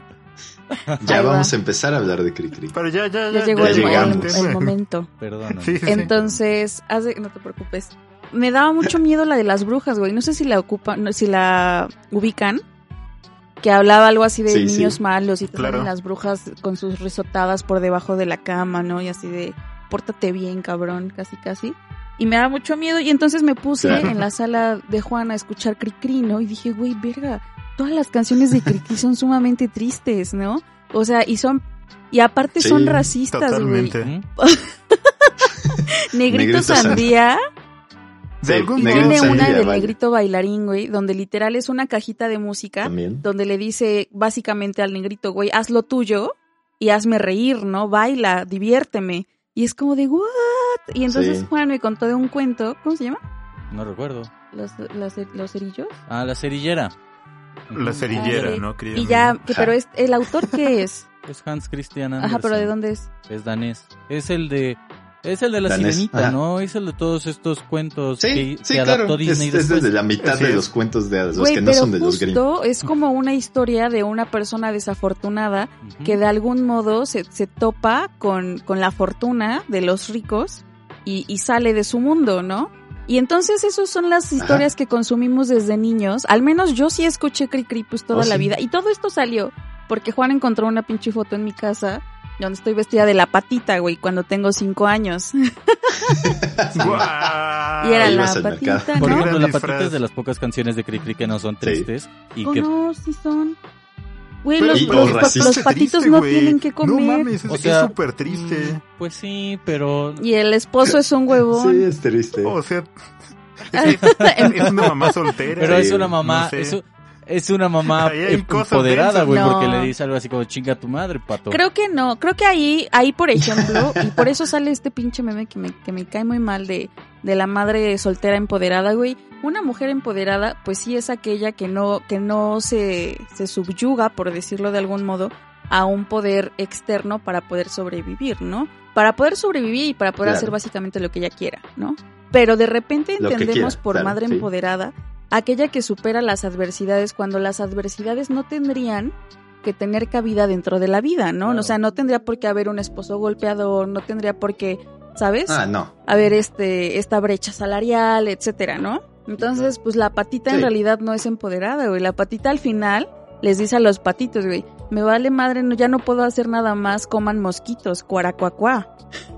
C: Ya Ahí vamos va. a empezar a hablar de Cricri.
D: Pero ya, ya,
B: ya. Ya llegó ya el, el, el momento.
A: Perdón.
D: Sí, sí,
B: Entonces, haz de, no te preocupes. Me daba mucho miedo la de las brujas, güey. No sé si la ocupan, si la ubican. Que hablaba algo así de sí, niños sí. malos y te claro. salen las brujas con sus risotadas por debajo de la cama, ¿no? Y así de, pórtate bien, cabrón, casi casi. Y me daba mucho miedo y entonces me puse claro. en la sala de Juan a escuchar Cricri, ¿no? Y dije, güey, verga, todas las canciones de Cricri son sumamente tristes, ¿no? O sea, y son... Y aparte sí, son racistas,
D: totalmente.
B: güey. Negrito Sandía...
C: Sí,
B: y tiene una del negrito bailarín, güey, donde literal es una cajita de música,
C: ¿También?
B: donde le dice básicamente al negrito, güey, haz lo tuyo y hazme reír, ¿no? Baila, diviérteme. Y es como de, ¿what? Y entonces sí. Juan me contó de un cuento, ¿cómo se llama?
A: No recuerdo.
B: ¿Los, los, los cerillos?
A: Ah, la cerillera.
D: La cerillera, ah, ¿no? Quería
B: y ya, que, pero es, ¿el autor qué es?
A: Es Hans Christian Andersen.
B: Ajá, pero ¿de dónde es?
A: Es danés. Es el de... Es el de la
C: Danés.
A: Sirenita,
C: Ajá.
A: ¿no? Es el de todos estos cuentos
C: sí,
A: que,
C: sí,
A: que adaptó
C: claro.
A: Disney
C: es,
A: después.
C: Es de la mitad
D: sí.
C: de los cuentos de hadas, los
B: Güey,
C: que no son de los gringos.
B: Es como una historia de una persona desafortunada uh-huh. que de algún modo se, se topa con, con la fortuna de los ricos y, y sale de su mundo, ¿no? Y entonces esas son las historias Ajá. que consumimos desde niños. Al menos yo sí escuché Cricri pues toda oh, la sí. vida. Y todo esto salió porque Juan encontró una pinche foto en mi casa donde estoy vestida de la patita, güey, cuando tengo cinco años.
C: Sí.
B: Y era la patita, ¿no?
A: Por ejemplo, la patita es de las pocas canciones de Cricri que no son tristes. Sí. Y
B: oh,
A: que...
B: no, sí son. Güey, los, los, los, los patitos triste, no wey. tienen que comer.
D: No mames, es o sea, súper triste.
A: Pues sí, pero...
B: Y el esposo es un huevón.
C: Sí, es triste.
D: O sea, es, es una mamá soltera.
A: Pero sí, es una mamá... No sé. es, es una mamá empoderada, güey, no. porque le dice algo así como chinga tu madre, pato.
B: Creo que no. Creo que ahí, ahí por ejemplo, y por eso sale este pinche meme que me, que me cae muy mal de, de la madre soltera empoderada, güey. Una mujer empoderada, pues sí es aquella que no, que no se, se subyuga, por decirlo de algún modo, a un poder externo para poder sobrevivir, ¿no? Para poder sobrevivir y para poder claro. hacer básicamente lo que ella quiera, ¿no? Pero de repente entendemos quiera, por claro, madre sí. empoderada aquella que supera las adversidades cuando las adversidades no tendrían que tener cabida dentro de la vida, ¿no? Claro. O sea, no tendría por qué haber un esposo golpeador, no tendría por qué, ¿sabes?
C: Ah, no.
B: Haber este, esta brecha salarial, etcétera, ¿no? Entonces, pues la patita sí. en realidad no es empoderada, güey. La patita al final les dice a los patitos, güey, me vale madre, no, ya no puedo hacer nada más, coman mosquitos, cuaracuacuá.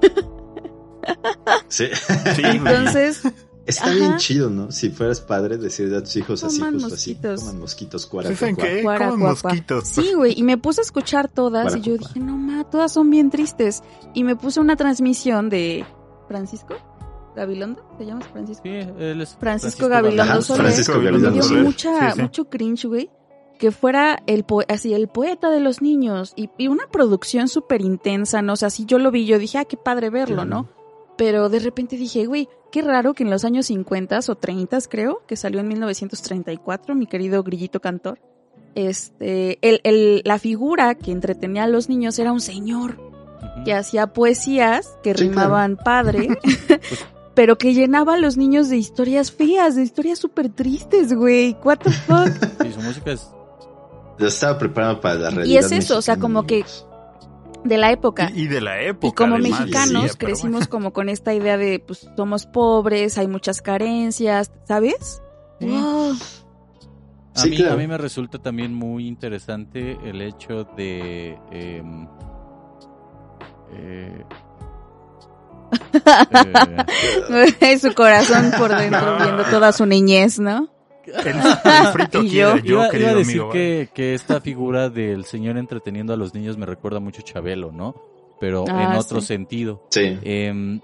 C: Sí.
B: sí. Entonces...
C: Está ajá. bien chido, ¿no? Si fueras padre, decirle a tus hijos así, coman justo mosquitos. así, coman mosquitos, cuaracuacuá.
D: ¿Qué? Coman mosquitos.
B: Sí, güey, y me puse a escuchar todas cuaracuacuá. Y yo dije, no ma, todas son bien tristes. Y me puse una transmisión de Francisco Gabilondo, ¿se llama Francisco?
A: Sí, él es
B: Francisco, Francisco Gabilondo Soler. Francisco Gabilondo me dio Soler. mucha, sí, sí. mucho cringe, güey, que fuera el po- así el poeta de los niños y, y una producción súper intensa, ¿no? O sea, si yo lo vi, yo dije, ah, qué padre verlo, sí. ¿no? Pero de repente dije, güey, qué raro que en los años cincuenta o treinta, creo, que salió en mil novecientos treinta y cuatro, mi querido Grillito Cantor, este, el, el, la figura que entretenía a los niños era un señor uh-huh. que hacía poesías que sí, rimaban claro. padre, pero que llenaba a los niños de historias feas, de historias súper tristes, güey. What the fuck?
A: Sí, su música es...
C: Yo estaba preparado para la realidad.
B: Y es eso, o sea, como que de la época.
D: Y, y de la época.
B: Y como
D: además,
B: mexicanos
D: sí,
B: crecimos
D: bueno.
B: como con esta idea de, pues, somos pobres, hay muchas carencias, ¿sabes?
A: Sí.
B: Wow.
A: A,
C: sí,
A: mí,
C: claro.
A: a mí me resulta también muy interesante el hecho de... Eh, eh,
B: eh, su corazón por dentro viendo toda su niñez, ¿no?
D: El, el frito
B: y yo,
D: yo,
A: iba,
D: querido
A: iba a decir
D: amigo,
A: que, que esta figura del señor entreteniendo a los niños me recuerda mucho a Chabelo, ¿no? Pero
B: ah,
A: en otro
B: sí.
A: sentido.
C: Sí.
A: Eh,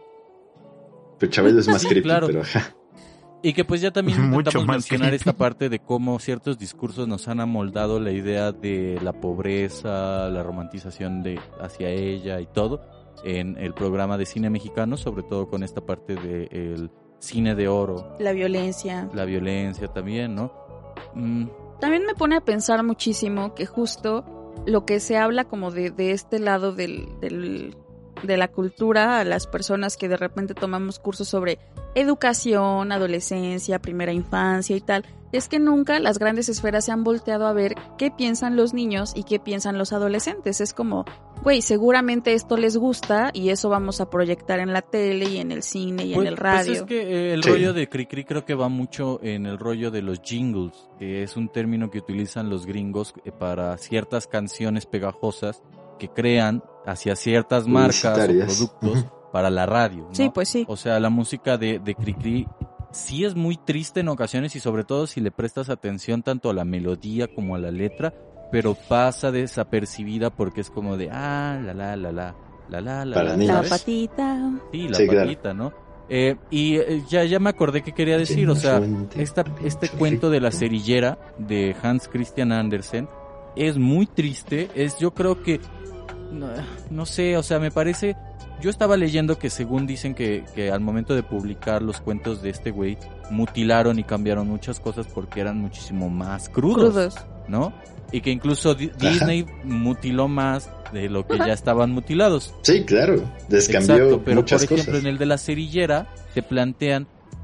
C: pero Chabelo es más
A: sí,
C: creepy,
A: claro.
C: pero ajá.
A: Y que pues ya también intentamos mencionar
D: creepy.
A: esta parte de cómo ciertos discursos nos han amoldado la idea de la pobreza, la romantización de hacia ella y todo en el programa de cine mexicano, sobre todo con esta parte del cine de oro.
B: La violencia.
A: La violencia también, ¿no? Mm.
B: También me pone a pensar muchísimo que justo lo que se habla como de, de este lado del, del, de la cultura, a las personas que de repente tomamos cursos sobre educación, adolescencia, primera infancia y tal, es que nunca las grandes esferas se han volteado a ver qué piensan los niños y qué piensan los adolescentes. Es como, güey, seguramente esto les gusta y eso vamos a proyectar en la tele y en el cine y
A: pues,
B: en el radio.
A: Pues es que eh, el
C: sí.
A: rollo de Cricri creo que va mucho en el rollo de los jingles, que es un término que utilizan los gringos para ciertas canciones pegajosas que crean hacia ciertas marcas o productos uh-huh. para la radio, ¿no?
B: Sí, pues sí.
A: O sea, la música de, de Cricri sí es muy triste en ocasiones y sobre todo si le prestas atención tanto a la melodía como a la letra, pero pasa desapercibida porque es como de ah, la la la la la la la
C: Para
A: la,
B: la patita.
A: Sí, la
C: sí,
A: patita,
C: claro.
A: ¿no? Eh, y eh, ya ya me acordé que quería decir, o sea, esta, este cuento de la cerillera de Hans Christian Andersen es muy triste, es yo creo que no, no sé, o sea, me parece. Yo estaba leyendo que según dicen que, que al momento de publicar los cuentos de este güey, mutilaron y cambiaron muchas cosas porque eran muchísimo más crudos,
B: Crudos.
A: ¿no? Y que incluso D- Disney mutiló más de lo que ya estaban mutilados.
C: Sí, claro, descambió
A: Exacto, pero
C: muchas
A: por ejemplo
C: cosas.
A: en el de la cerillera te plantean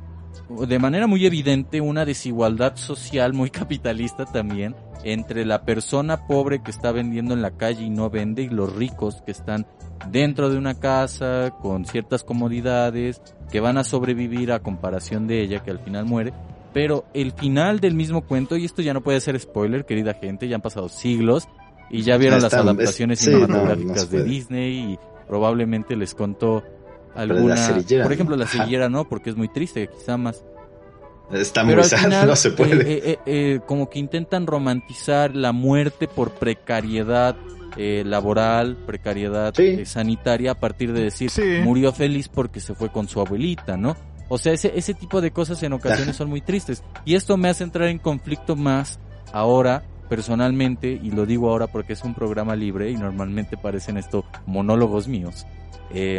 A: de manera muy evidente una desigualdad social muy capitalista también entre la persona pobre que está vendiendo en la calle y no vende y los ricos que están dentro de una casa con ciertas comodidades que van a sobrevivir a comparación de ella que al final muere. Pero el final del mismo cuento, y esto ya no puede ser spoiler, querida gente, ya han pasado siglos y ya vieron
C: Está,
A: las adaptaciones
C: es, sí,
A: cinematográficas
C: no, no
A: de Disney y probablemente les contó alguna,
C: la cerillera,
A: por ejemplo la
C: ajá.
A: cerillera no, porque es muy triste, quizá más
C: Está muy sad, no se puede.
A: Eh, eh, eh, como que intentan romantizar la muerte por precariedad eh, laboral, precariedad sí. eh, sanitaria, a partir de decir, sí. murió feliz porque se fue con su abuelita, ¿no? O sea, ese, ese tipo de cosas en ocasiones son muy tristes. Y esto me hace entrar en conflicto más ahora, personalmente, y lo digo ahora porque es un programa libre y normalmente parecen esto monólogos míos. Eh,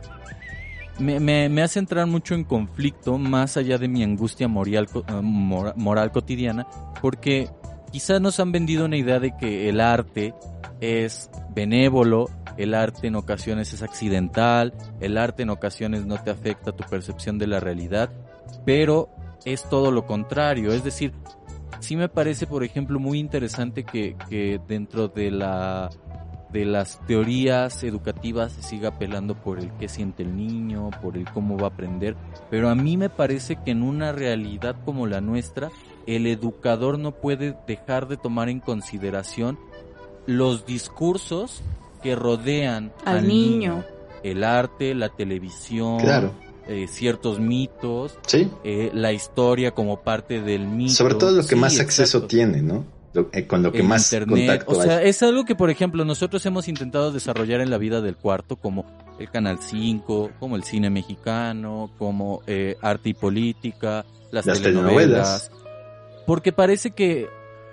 A: Me, me, me hace entrar mucho en conflicto más allá de mi angustia moral, moral, moral cotidiana, porque quizás nos han vendido una idea de que el arte es benévolo, el arte en ocasiones es accidental, el arte en ocasiones no te afecta tu percepción de la realidad, pero es todo lo contrario. Es decir, sí me parece, por ejemplo, muy interesante que, que dentro de la... de las teorías educativas se siga apelando por el qué siente el niño, por el cómo va a aprender, pero a mí me parece que en una realidad como la nuestra, el educador no puede dejar de tomar en consideración los discursos que rodean
B: al, al niño. niño,
A: el arte, la televisión,
C: claro.
A: eh, ciertos mitos,
C: ¿sí?
A: eh, la historia como parte del mito.
C: Sobre todo lo que
A: sí,
C: más acceso
A: exacto.
C: tiene, ¿no? Con lo que
A: el
C: más
A: internet,
C: contacto
A: o sea,
C: hay.
A: es algo que, por ejemplo, nosotros hemos intentado desarrollar en la vida del cuarto, como el Canal cinco, como el cine mexicano, como eh, arte y política, las,
C: las
A: telenovelas,
C: telenovelas,
A: porque parece que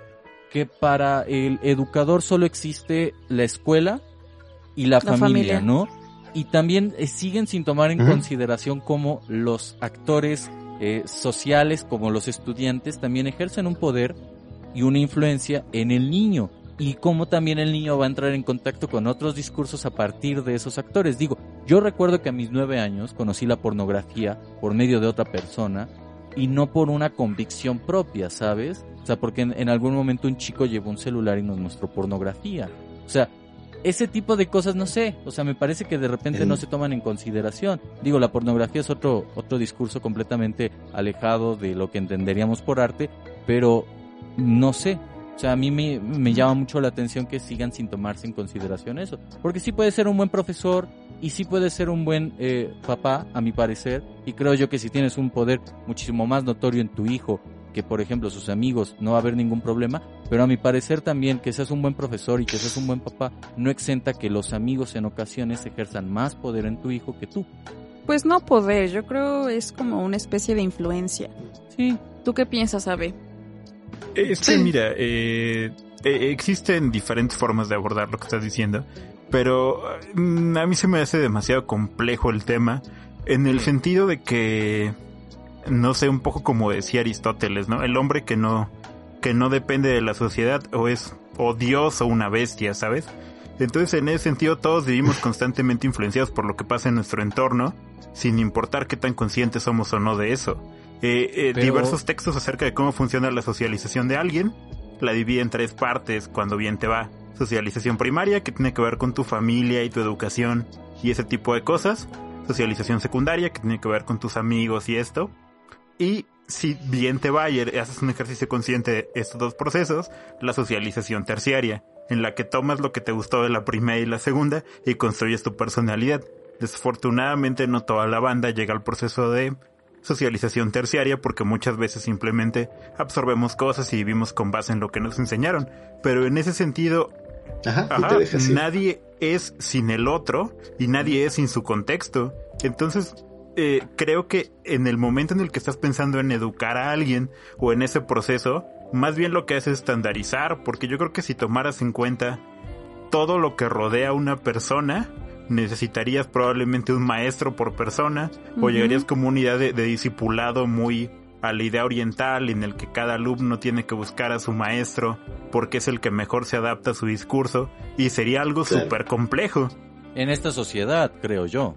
A: que para el educador solo existe la escuela y la, la familia, familia, ¿no? Y también eh, siguen sin tomar en uh-huh. consideración cómo los actores eh, sociales, como los estudiantes, también ejercen un poder y una influencia en el niño, y cómo también el niño va a entrar en contacto con otros discursos a partir de esos actores. Digo, yo recuerdo que a mis nueve años conocí la pornografía por medio de otra persona y no por una convicción propia, ¿sabes? O sea, porque en, en algún momento un chico llevó un celular y nos mostró pornografía. O sea, ese tipo de cosas, no sé, o sea, me parece que de repente no se toman en consideración. Digo, la pornografía es otro, otro discurso completamente alejado de lo que entenderíamos por arte, pero no sé, o sea, a mí me, me llama mucho la atención que sigan sin tomarse en consideración eso, porque sí puede ser un buen profesor y sí puede ser un buen eh, papá, a mi parecer, y creo yo que si tienes un poder muchísimo más notorio en tu hijo que, por ejemplo, sus amigos, no va a haber ningún problema, pero a mi parecer también que seas un buen profesor y que seas un buen papá no exenta que los amigos en ocasiones ejerzan más poder en tu hijo que tú.
B: Pues no poder, yo creo es como una especie de influencia.
A: Sí.
B: ¿Tú qué piensas, Abe?
D: Es que, mira, eh, eh, existen diferentes formas de abordar lo que estás diciendo, pero mm, a mí se me hace demasiado complejo el tema, en el sentido de que, no sé, un poco como decía Aristóteles, ¿no? El hombre que no, que no depende de la sociedad o es o Dios o una bestia, ¿sabes? Entonces, en ese sentido, todos vivimos constantemente influenciados por lo que pasa en nuestro entorno, sin importar qué tan conscientes somos o no de eso. Eh, eh, Pero... Diversos textos acerca de cómo funciona la socialización de alguien la divide en tres partes cuando bien te va. Socialización primaria, que tiene que ver con tu familia y tu educación y ese tipo de cosas. Socialización secundaria, que tiene que ver con tus amigos y esto. Y si bien te va y haces un ejercicio consciente de estos dos procesos, la socialización terciaria, en la que tomas lo que te gustó de la primera y la segunda y construyes tu personalidad. Desafortunadamente no toda la banda llega al proceso de socialización terciaria porque muchas veces simplemente absorbemos cosas y vivimos con base en lo que nos enseñaron. Pero en ese sentido,
C: ajá, ajá,
D: nadie es sin el otro y nadie es sin su contexto. Entonces, eh, creo que en el momento en el que estás pensando en educar a alguien o en ese proceso, más bien lo que haces es estandarizar, porque yo creo que si tomaras en cuenta todo lo que rodea a una persona, necesitarías probablemente un maestro por persona, uh-huh. o llegarías como una idea de, de discipulado muy a la idea oriental, en el que cada alumno tiene que buscar a su maestro porque es el que mejor se adapta a su discurso, y sería algo claro. súper complejo.
A: En esta sociedad, creo yo.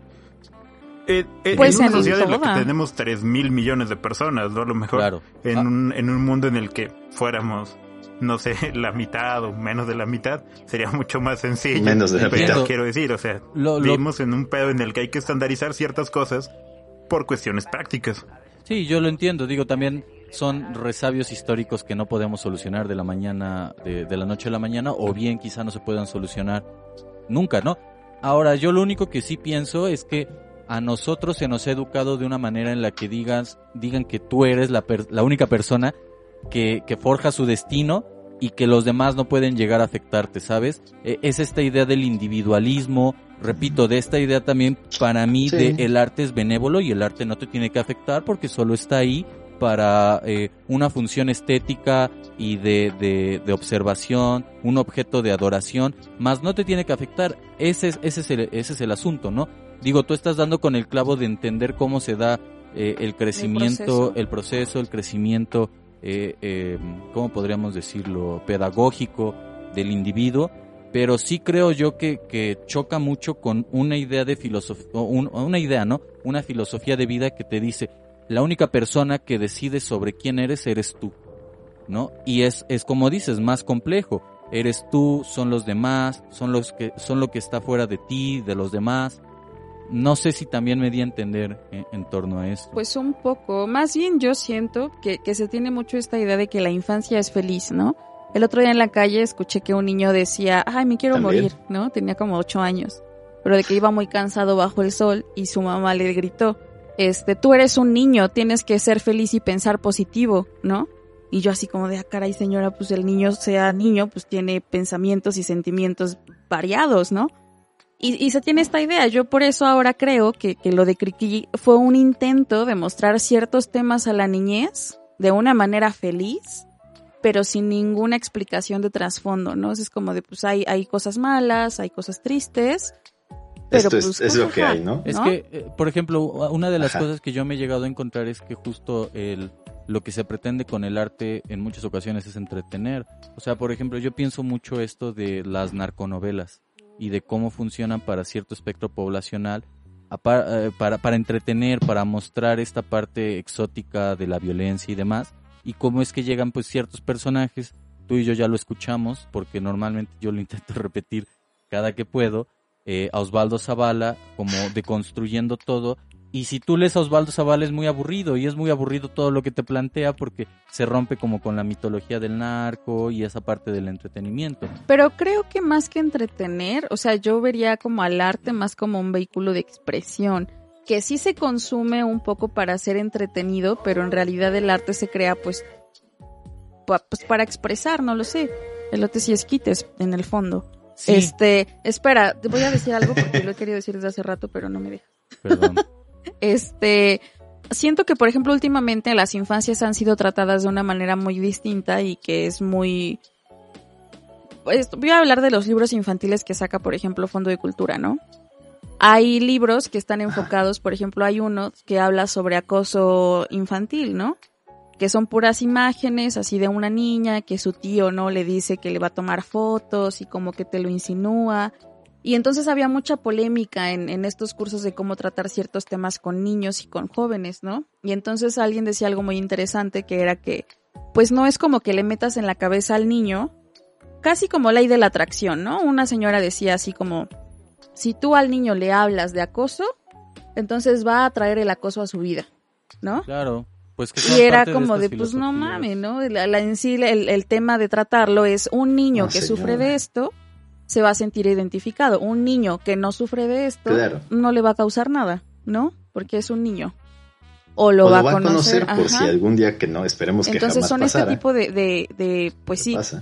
D: Eh, eh, pues en una sociedad en la que tenemos tres mil millones de personas, ¿no? A lo mejor claro. en, ah. un, en un mundo en el que fuéramos, no sé, la mitad o menos de la mitad, sería mucho más sencillo.
C: Menos de la mitad.
D: Quiero decir, o sea, lo, lo... vivimos en un pedo en el que hay que estandarizar ciertas cosas por cuestiones prácticas.
A: Sí, yo lo entiendo. Digo, también son resabios históricos que no podemos solucionar de la mañana, de, de la noche a la mañana, o bien quizá no se puedan solucionar nunca, ¿no? Ahora, yo lo único que sí pienso es que a nosotros se nos ha educado de una manera en la que digas, digan que tú eres la, per, la única persona que, que forja su destino y que los demás no pueden llegar a afectarte, ¿sabes? Eh, es esta idea del individualismo, repito, de esta idea también para mí sí. de el arte es benévolo y el arte no te tiene que afectar porque solo está ahí para eh, una función estética y de, de, de observación, un objeto de adoración, más no te tiene que afectar. Ese es, ese es el, ese es el asunto, ¿no? Digo, tú estás dando con el clavo de entender cómo se da eh, el crecimiento, el proceso, el, proceso, el crecimiento, eh, eh, ¿cómo podríamos decirlo? Pedagógico del individuo, pero sí creo yo que, que choca mucho con una idea de filosofía, un, una idea, ¿no? Una filosofía de vida que te dice, la única persona que decide sobre quién eres, eres tú, ¿no? Y es, es como dices, más complejo. Eres tú, son los demás, son los que, son lo que está fuera de ti, de los demás. No sé si también me di a entender en, en torno a esto.
B: Pues un poco. Más bien yo siento que, que se tiene mucho esta idea de que la infancia es feliz, ¿no? El otro día en la calle escuché que un niño decía, ay, me quiero ¿También? morir, ¿no? Tenía como ocho años. Pero de que iba muy cansado bajo el sol y su mamá le gritó, este, tú eres un niño, tienes que ser feliz y pensar positivo, ¿no? Y yo así como de, ah, caray, señora, pues el niño sea niño, pues tiene pensamientos y sentimientos variados, ¿no? Y, y se tiene esta idea. Yo por eso ahora creo que, que lo de Cricri fue un intento de mostrar ciertos temas a la niñez de una manera feliz, pero sin ninguna explicación de trasfondo, ¿no? Es como de, pues hay, hay cosas malas, hay cosas tristes, pero
C: Esto
B: pues,
C: es, es lo que hay, ¿no?
A: Es
C: ¿no?
A: que, eh, por ejemplo, una de las Ajá. cosas que yo me he llegado a encontrar es que justo el, lo que se pretende con el arte en muchas ocasiones es entretener. O sea, por ejemplo, yo pienso mucho esto de las narconovelas y de cómo funcionan para cierto espectro poblacional, para, para, para entretener, para mostrar esta parte exótica de la violencia y demás, y cómo es que llegan pues ciertos personajes, tú y yo ya lo escuchamos, porque normalmente yo lo intento repetir cada que puedo, eh, a Osvaldo Zavala, como deconstruyendo todo, y si tú lees a Osvaldo Zavala es muy aburrido, y es muy aburrido todo lo que te plantea porque se rompe como con la mitología del narco y esa parte del entretenimiento.
B: Pero creo que más que entretener, o sea, yo vería como al arte más como un vehículo de expresión, que sí se consume un poco para ser entretenido, pero en realidad el arte se crea pues, pa, pues para expresar, no lo sé, elotes y esquites en el fondo. Sí. Este, espera, te voy a decir algo porque lo he querido decir desde hace rato, pero no me deja.
A: Perdón.
B: Este, siento que por ejemplo últimamente las infancias han sido tratadas de una manera muy distinta y que es muy, pues, voy a hablar de los libros infantiles que saca por ejemplo Fondo de Cultura, ¿no? Hay libros que están enfocados, por ejemplo hay uno que habla sobre acoso infantil, ¿no? Que son puras imágenes así de una niña que su tío, ¿no? Le dice que le va a tomar fotos y como que te lo insinúa. Y entonces había mucha polémica en, en estos cursos de cómo tratar ciertos temas con niños y con jóvenes, ¿no? Y entonces alguien decía algo muy interesante que era que, pues no es como que le metas en la cabeza al niño, casi como ley de la atracción, ¿no? Una señora decía así como, si tú al niño le hablas de acoso, entonces va a traer el acoso a su vida, ¿no?
A: Claro. Pues que
B: y era como de, de pues no mames, ¿no? La, la, en sí el, el tema de tratarlo es un niño no, que señora. sufre de esto, se va a sentir identificado. Un niño que no sufre de esto, claro. no le va a causar nada, ¿no? Porque es un niño. O lo, o va, lo va a conocer.
C: A conocer por si algún día que no, esperemos que
B: Entonces
C: jamás
B: son
C: pasara.
B: este tipo de, de, de pues sí,
C: pasa?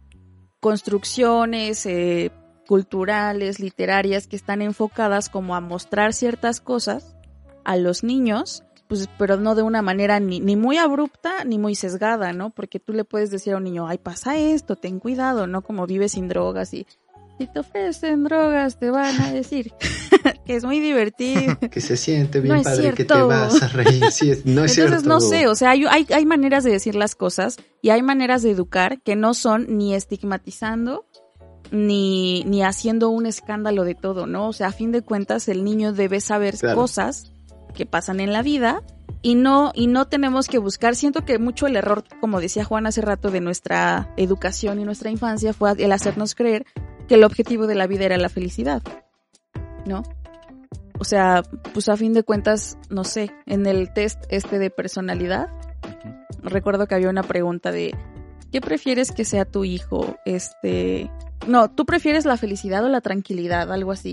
B: construcciones eh, culturales, literarias, que están enfocadas como a mostrar ciertas cosas a los niños, pues, pero no de una manera ni, ni muy abrupta ni muy sesgada, ¿no? Porque tú le puedes decir a un niño, ay, pasa esto, ten cuidado, ¿no? Como vive sin drogas y si te ofrecen drogas te van a decir que es muy divertido.
C: Que se siente bien no padre que te vas a reír. Sí, no es
B: Entonces,
C: cierto.
B: no sé, o sea, hay, hay, hay maneras de decir las cosas y hay maneras de educar que no son ni estigmatizando ni, ni haciendo un escándalo de todo, ¿no? O sea, a fin de cuentas el niño debe saber claro. cosas que pasan en la vida y no y no tenemos que buscar. Siento que mucho el error, como decía Juan hace rato, de nuestra educación y nuestra infancia fue el hacernos creer que el objetivo de la vida era la felicidad, ¿no? O sea, pues a fin de cuentas, no sé, en el test este de personalidad, uh-huh. recuerdo que había una pregunta de ¿qué prefieres que sea tu hijo? Este, no, ¿tú prefieres la felicidad o la tranquilidad? Algo así.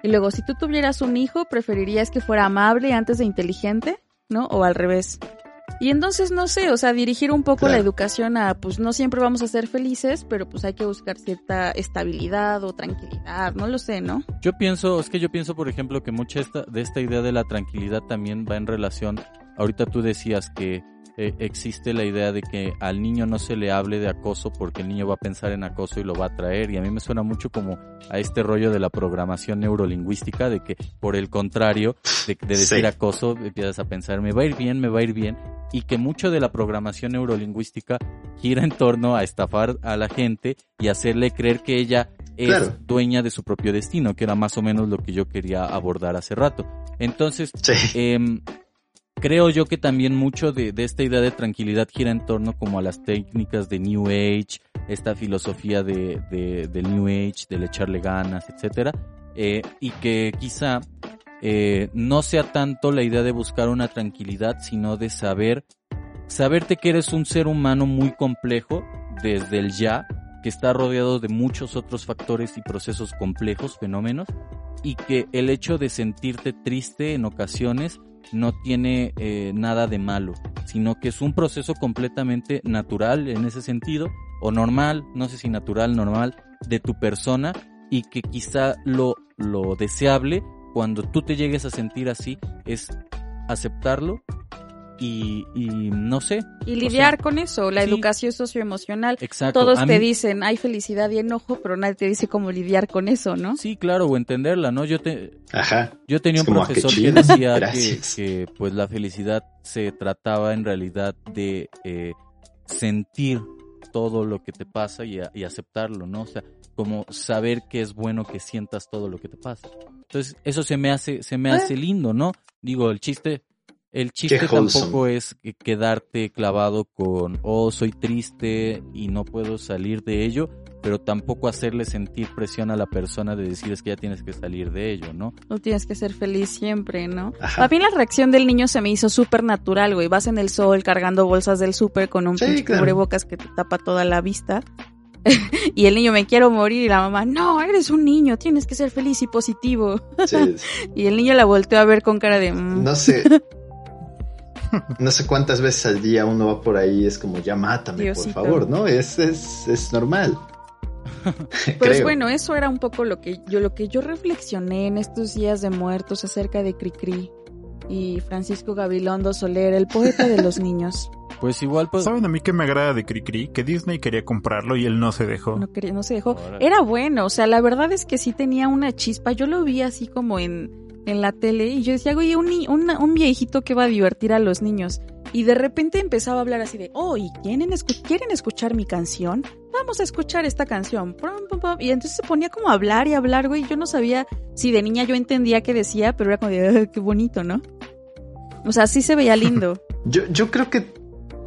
B: Y luego, si tú tuvieras un hijo, ¿preferirías que fuera amable antes de inteligente? ¿No? O al revés. Y entonces, no sé, o sea, dirigir un poco claro. la educación a, pues no siempre vamos a ser felices, pero pues hay que buscar cierta estabilidad o tranquilidad, no lo sé, ¿no?
A: Yo pienso, es que yo pienso, por ejemplo, que mucha esta, de esta idea de la tranquilidad también va en relación, ahorita tú decías que eh, existe la idea de que al niño no se le hable de acoso porque el niño va a pensar en acoso y lo va a atraer, y a mí me suena mucho como a este rollo de la programación neurolingüística, de que por el contrario, de, de decir sí. acoso, empiezas a pensar, me va a ir bien, me va a ir bien, y que mucho de la programación neurolingüística gira en torno a estafar a la gente y hacerle creer que ella es claro. dueña de su propio destino, que era más o menos lo que yo quería abordar hace rato. Entonces, sí. eh, creo yo que también mucho de, de esta idea de tranquilidad gira en torno como a las técnicas de New Age, esta filosofía de, de, del New Age, del echarle ganas, etcétera, eh, y que quizá eh, no sea tanto la idea de buscar una tranquilidad, sino de saber, saberte que eres un ser humano muy complejo desde el ya, que está rodeado de muchos otros factores y procesos complejos, fenómenos, y que el hecho de sentirte triste en ocasiones no tiene eh, nada de malo, sino que es un proceso completamente natural en ese sentido, o normal, no sé si natural, normal, de tu persona, y que quizá lo, lo deseable cuando tú te llegues a sentir así es aceptarlo y, y no sé.
B: Y lidiar
A: o sea,
B: con eso, la sí. educación socioemocional.
A: Exacto.
B: Todos
A: a
B: te
A: mí...
B: dicen, hay felicidad y enojo, pero nadie te dice cómo lidiar con eso, ¿no?
A: Sí, claro, o entenderla, ¿no? Yo te
C: Ajá.
A: Yo tenía
C: es
A: un
C: como,
A: profesor que decía que, que pues la felicidad se trataba en realidad de eh, sentir todo lo que te pasa y, a, y aceptarlo, ¿no? O sea, como saber que es bueno que sientas todo lo que te pasa. Entonces, eso se me hace, se me hace lindo, ¿no? Digo, el chiste, el chiste tampoco es quedarte clavado con, oh, soy triste y no puedo salir de ello, pero tampoco hacerle sentir presión a la persona de decir es que ya tienes que salir de ello, ¿no?
B: No tienes que ser feliz siempre, ¿no? Ajá. A mí la reacción del niño se me hizo súper natural, güey. Vas en el sol cargando bolsas del súper con un sí, pinche claro. cubrebocas que te tapa toda la vista. Y el niño, me quiero morir, y la mamá, no, eres un niño, tienes que ser feliz y positivo. Sí. Y el niño la volteó a ver con cara de... Mm.
C: No sé... No sé cuántas veces al día uno va por ahí, es como, ya mátame, Diosito. Por favor, ¿no? Es, es, es normal.
B: Pues bueno, eso era un poco lo que yo lo que yo reflexioné en estos días de muertos acerca de Cricri y Francisco Gabilondo Soler, el poeta de los niños.
A: Pues igual pues...
D: ¿Saben a mí qué me agrada de Cricri? Que Disney quería comprarlo y él no se dejó.
B: No quería, no se dejó. Ahora. Era bueno, o sea, la verdad es que sí tenía una chispa. Yo lo vi así como en, en la tele y yo decía, güey, un, un, un viejito que va a divertir a los niños. Y de repente empezaba a hablar así de, oh, ¿y quieren, escu- ¿quieren escuchar mi canción? Vamos a escuchar esta canción. Y entonces se ponía como a hablar y hablar, güey. Yo no sabía si de niña yo entendía qué decía, pero era como de, oh, qué bonito, ¿no? O sea, sí se veía lindo.
C: yo, yo creo que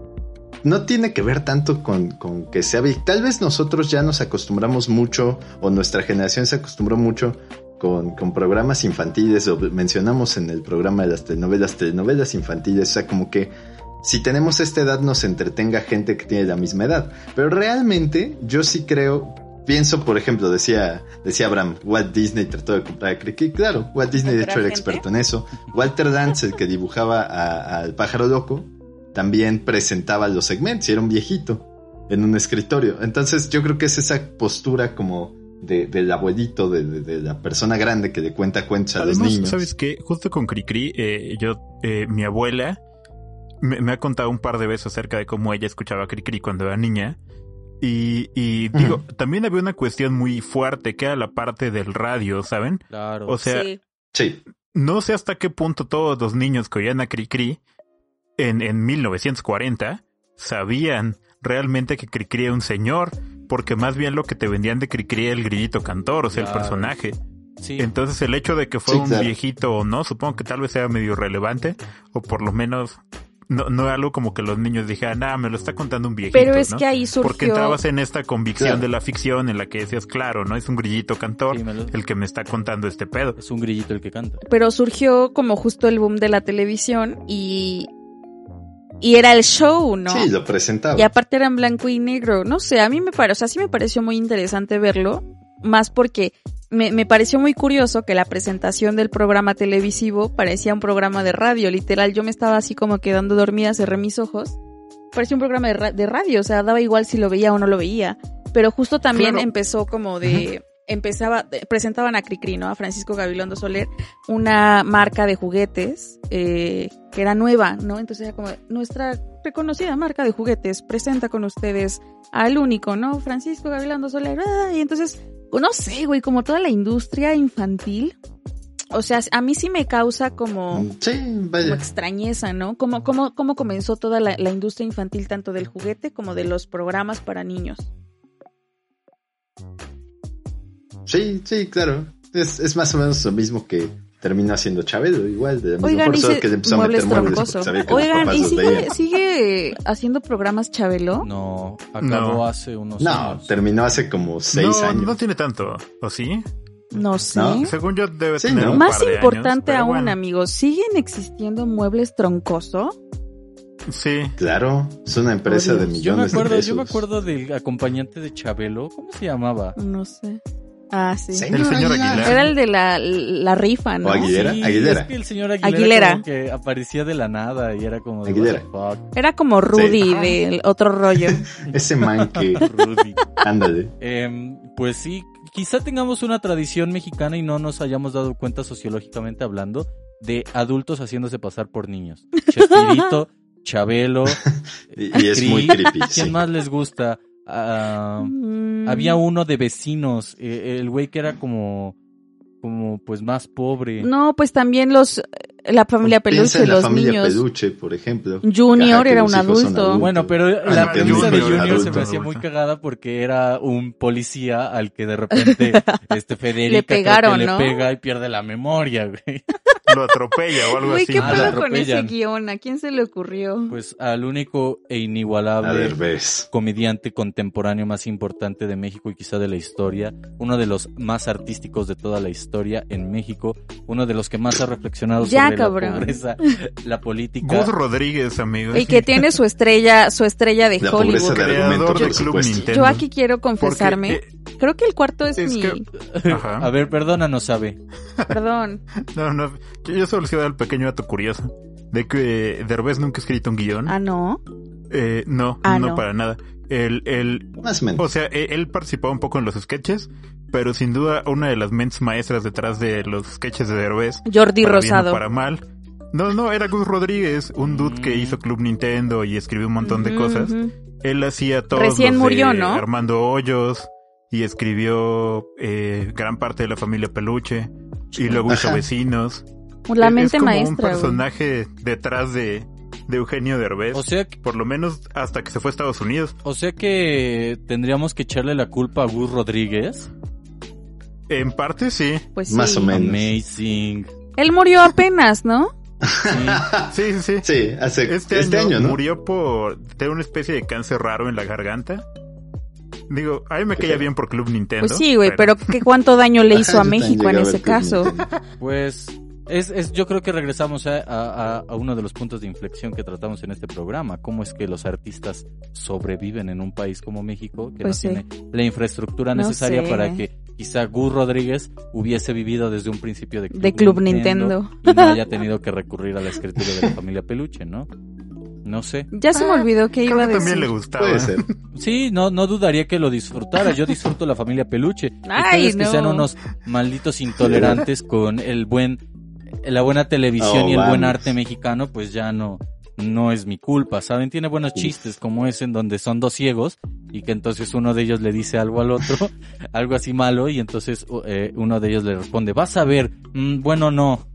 C: no tiene que ver tanto con, con que sea... Tal vez nosotros ya nos acostumbramos mucho, o nuestra generación se acostumbró mucho con, con programas infantiles, o mencionamos en el programa de las telenovelas, telenovelas infantiles, o sea, como que si tenemos esta edad nos entretenga gente que tiene la misma edad. Pero realmente yo sí creo, pienso, por ejemplo, decía decía Abraham, Walt Disney trató de comprar a Cricri. Claro, Walt Disney de hecho era experto en eso. Walter Lantz, el que dibujaba al pájaro loco, también presentaba los segmentos y era un viejito en un escritorio. Entonces yo creo que es esa postura como de, del abuelito, de, de, de la persona grande que le cuenta cuentos a
D: Además,
C: los niños.
D: ¿sabes qué? Justo con Cricri, eh, yo, eh, mi abuela me, me ha contado un par de veces acerca de cómo ella escuchaba a Cricri cuando era niña. Y, y digo, uh-huh. también había una cuestión muy fuerte que era la parte del radio, ¿saben?
A: Claro.
D: O sea,
C: sí. sí.
D: no sé hasta qué punto todos los niños que oían a Cricri en, en mil novecientos cuarenta sabían realmente que Cricri era un señor, porque más bien lo que te vendían de Cricri era el grillito cantor, o sea, claro. el personaje. Sí. Entonces el hecho de que fuera sí, un claro. viejito o no, supongo que tal vez sea medio relevante, o por lo menos... No, no es algo como que los niños dijeran, ah, me lo está contando un viejito,
B: pero es
D: ¿no?
B: que ahí surgió...
D: Porque entrabas en esta convicción claro. de la ficción en la que decías, claro, ¿no? Es un grillito cantor sí, lo... el que me está contando este pedo.
A: Es un grillito el que canta.
B: Pero surgió como justo el boom de la televisión y... Y era el show, ¿no?
C: Sí, lo presentaba.
B: Y aparte era en blanco y negro. No sé, a mí me pareció, o sea, sí me pareció muy interesante verlo. Más porque me, me pareció muy curioso que la presentación del programa televisivo parecía un programa de radio, literal. Yo me estaba así como quedando dormida, cerré mis ojos. Parecía un programa de, ra- de radio, o sea, daba igual si lo veía o no lo veía. Pero justo también claro. empezó como de... Uh-huh. Empezaba, presentaban a Cricri, ¿no? A Francisco Gabilondo Soler, una marca de juguetes eh, que era nueva, ¿no? Entonces era como nuestra reconocida marca de juguetes presenta con ustedes al único, ¿no? Francisco Gabilondo Soler. Ah, y entonces, no sé, güey, como toda la industria infantil, o sea, a mí sí me causa como,
C: sí, vaya.
B: como extrañeza, ¿no? Como, como, cómo comenzó toda la, la industria infantil, tanto del juguete como de los programas para niños.
C: Sí, sí, claro. Es, es más o menos lo mismo que terminó haciendo Chabelo, igual. De la misma
B: Oigan,
C: persona que empezó a meter muebles.
B: Oigan, ¿y sigue, sigue haciendo programas Chabelo?
A: No, acabó
D: no.
A: hace unos
C: no,
A: años.
C: No, terminó hace como seis
D: no,
C: años.
D: No tiene tanto, ¿o sí?
B: No sé.
C: ¿No?
D: Según yo debe
C: sí,
D: tener
C: ¿no?
D: un
B: Más
D: par de
B: importante
D: años,
B: aún,
D: bueno.
B: amigos, ¿siguen existiendo Muebles Troncoso?
D: Sí.
C: Claro, es una empresa
B: oh,
C: de
A: Yo me
C: millones
A: acuerdo,
C: de pesos.
A: yo me acuerdo del acompañante de Chabelo, ¿cómo se llamaba?
B: No sé. Ah, sí.
C: Señor
D: El señor
C: Aguilar.
D: Aguilar.
B: Era el de la, la rifa, ¿no?
C: O Aguilera.
A: Sí,
C: Aguilera.
A: es que el señor Aguilera,
B: Aguilera.
A: como que aparecía de la nada y era como de
C: Aguilera.
A: what the fuck.
B: Era como Rudy
C: Sí.
B: del otro rollo.
C: Ese man que...
A: Rudy.
C: Ándale.
A: Eh, pues sí, quizá tengamos una tradición mexicana y no nos hayamos dado cuenta sociológicamente hablando de adultos haciéndose pasar por niños. Chespirito, Chabelo,
C: Y, y es muy creepy.
A: ¿Quién
C: Sí.
A: más les gusta? Ah,
B: Mm.
A: había uno de Vecinos, eh, el güey que era como, como pues más pobre.
B: No, pues también los, la familia
C: Piensa
B: Peluche,
C: en la
B: los
C: familia
B: niños.
C: Peluche, por ejemplo.
B: Junior
C: Ajá, que
B: era
C: los
B: un
C: hijos son
B: adulto.
C: adultos.
A: Bueno, pero
C: Ah,
A: la
C: que
A: premisa de
C: Junior,
A: Junior se
C: adulto.
A: me hacía muy cagada porque era un policía al que de repente este Federica
B: Le pegaron,
A: creo que
B: ¿no?
A: le pega y pierde la memoria, güey.
D: Lo atropella o algo
B: Güey,
D: así.
B: ¿qué
A: Ah,
B: pedo
A: la
B: con ese
A: atropellan.
B: guión? ¿A quién se le ocurrió?
A: Pues al único e
C: A
A: inigualable
C: ver, ves.
A: comediante contemporáneo más importante de México y quizá de la historia, uno de los más artísticos de toda la historia en México, uno de los que más ha reflexionado
B: Ya,
A: sobre
B: cabrón.
A: la pobreza, la política.
D: Gus Rodríguez, amigos.
B: Y que tiene su estrella, su estrella de
C: La pobreza
B: Hollywood.
C: de argumento,
D: Creador del
C: por
D: Club
C: supuesto.
D: Nintendo.
B: Yo aquí quiero confesarme.
D: Porque, eh,
B: Creo que el cuarto es,
D: es
B: mi...
D: que- Ajá.
A: A ver, perdónanos, sabe.
B: Perdón.
D: No, no. Yo, yo solo quiero dar el pequeño dato curioso de que Derbez nunca ha escrito un guión.
B: Ah, ¿no?
D: Eh, no,
B: Ah,
D: no,
B: no.
D: para nada. El, el,
C: Más o menos.
D: o sea, él, él participaba un poco en los sketches, pero sin duda una de las mentes maestras detrás de los sketches de Derbez.
B: Jordi
D: para bien o
B: Rosado.
D: para mal. No, no, era Gus Rodríguez, un dude que hizo Club Nintendo y escribió un montón de
B: Ujú,
D: cosas.
B: ujú.
D: Él hacía todos
B: Recién
D: los
B: murió,
D: de
B: ¿no?
D: Armando Hoyos y escribió eh, gran parte de la familia Peluche y luego hizo
C: Ajá.
D: Vecinos.
B: La
D: Es-
B: mente
D: es como
B: maestra,
D: un
B: güey.
D: personaje detrás de, de Eugenio Derbez.
A: O sea, que-
D: por lo menos hasta que se fue a Estados Unidos.
A: o sea que tendríamos que echarle la culpa a Gus Rodríguez.
D: En parte sí.
B: Pues sí.
C: Más o menos.
A: Amazing.
B: Él murió apenas, ¿no?
A: Sí.
D: Sí, sí, sí.
C: Sí, hace
D: Este,
C: este,
D: año,
C: año, ¿no?
D: murió por tener una especie de cáncer raro en la garganta. Digo, a mí me caía
C: Ok.
D: bien por Club Nintendo.
B: Pues sí, güey, pero ¿qué cuánto daño le hizo a
C: Ajá, yo
B: México
C: también
B: en
C: llegué a
B: ese
C: ver Club
B: caso?
C: Nintendo.
A: Pues es, es, yo creo que regresamos a, a, a uno de los puntos de inflexión que tratamos en este programa. ¿Cómo es que los artistas sobreviven en un país como México que
B: Pues
A: no
B: sí.
A: tiene la infraestructura
B: No
A: necesaria
B: sé.
A: para que quizá Gus Rodríguez hubiese vivido desde un principio de Club,
B: De Club Nintendo.
A: y no haya tenido que recurrir a la escritura de la familia Peluche, ¿no? No sé.
B: Ya se me olvidó que
D: Creo
B: iba a
D: que
B: decir.
D: también le gustaba.
C: Puede ser.
A: Sí, no, no dudaría que lo disfrutara. Yo disfruto la familia Peluche.
B: Ay,
A: Ustedes que
B: no.
A: sean unos malditos intolerantes con el buen, la buena televisión
C: Oh,
A: y el buen
C: vamos.
A: arte mexicano, pues ya no, no es mi culpa, ¿saben? Tiene buenos chistes como ese en donde son dos ciegos y que entonces uno de ellos le dice algo al otro, algo así malo, y entonces eh, uno de ellos le responde, vas a ver, mm, bueno, no.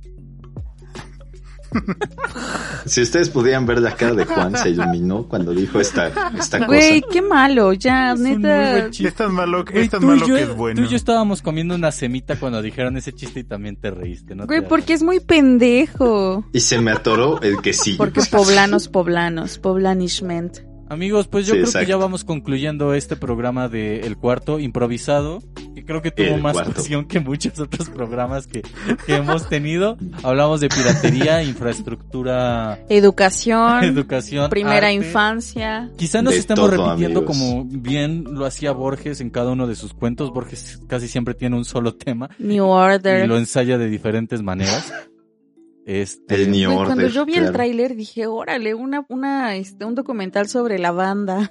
C: Si ustedes pudieran ver la cara de Juan, se iluminó cuando dijo esta, esta
B: Güey,
C: cosa.
B: qué malo, ya,
A: Es un muy
B: neta.
A: buen chiste.
D: Es tan malo,
A: Güey,
D: es tan
A: tú y
D: malo
A: yo-
D: que es bueno.
A: Tú y yo estábamos comiendo una semita cuando dijeron ese chiste y también te reíste, ¿no?
B: Güey,
A: te
B: porque es muy pendejo.
C: Y se me atoró el que sí.
B: Porque poblanos, poblanos, poblanishment.
A: Amigos, pues yo
C: Sí,
A: creo
C: exacto.
A: que ya vamos concluyendo este programa de El Cuarto improvisado, que creo que tuvo
C: El
A: más
C: Cuarto.
A: pasión que muchos otros programas que, que hemos tenido. Hablamos de piratería, infraestructura,
B: Educación,
A: educación,
B: primera
A: arte.
B: infancia.
A: Quizá nos
C: De
A: estemos
C: todo,
A: repitiendo
C: amigos.
A: como bien lo hacía Borges en cada uno de sus cuentos. Borges casi siempre tiene un solo tema
B: New Order.
A: y lo ensaya de diferentes maneras. Este,
C: El New
B: Güey,
C: Order.
B: cuando yo vi el
C: claro.
B: tráiler dije, órale, una, una, este, un documental sobre la banda.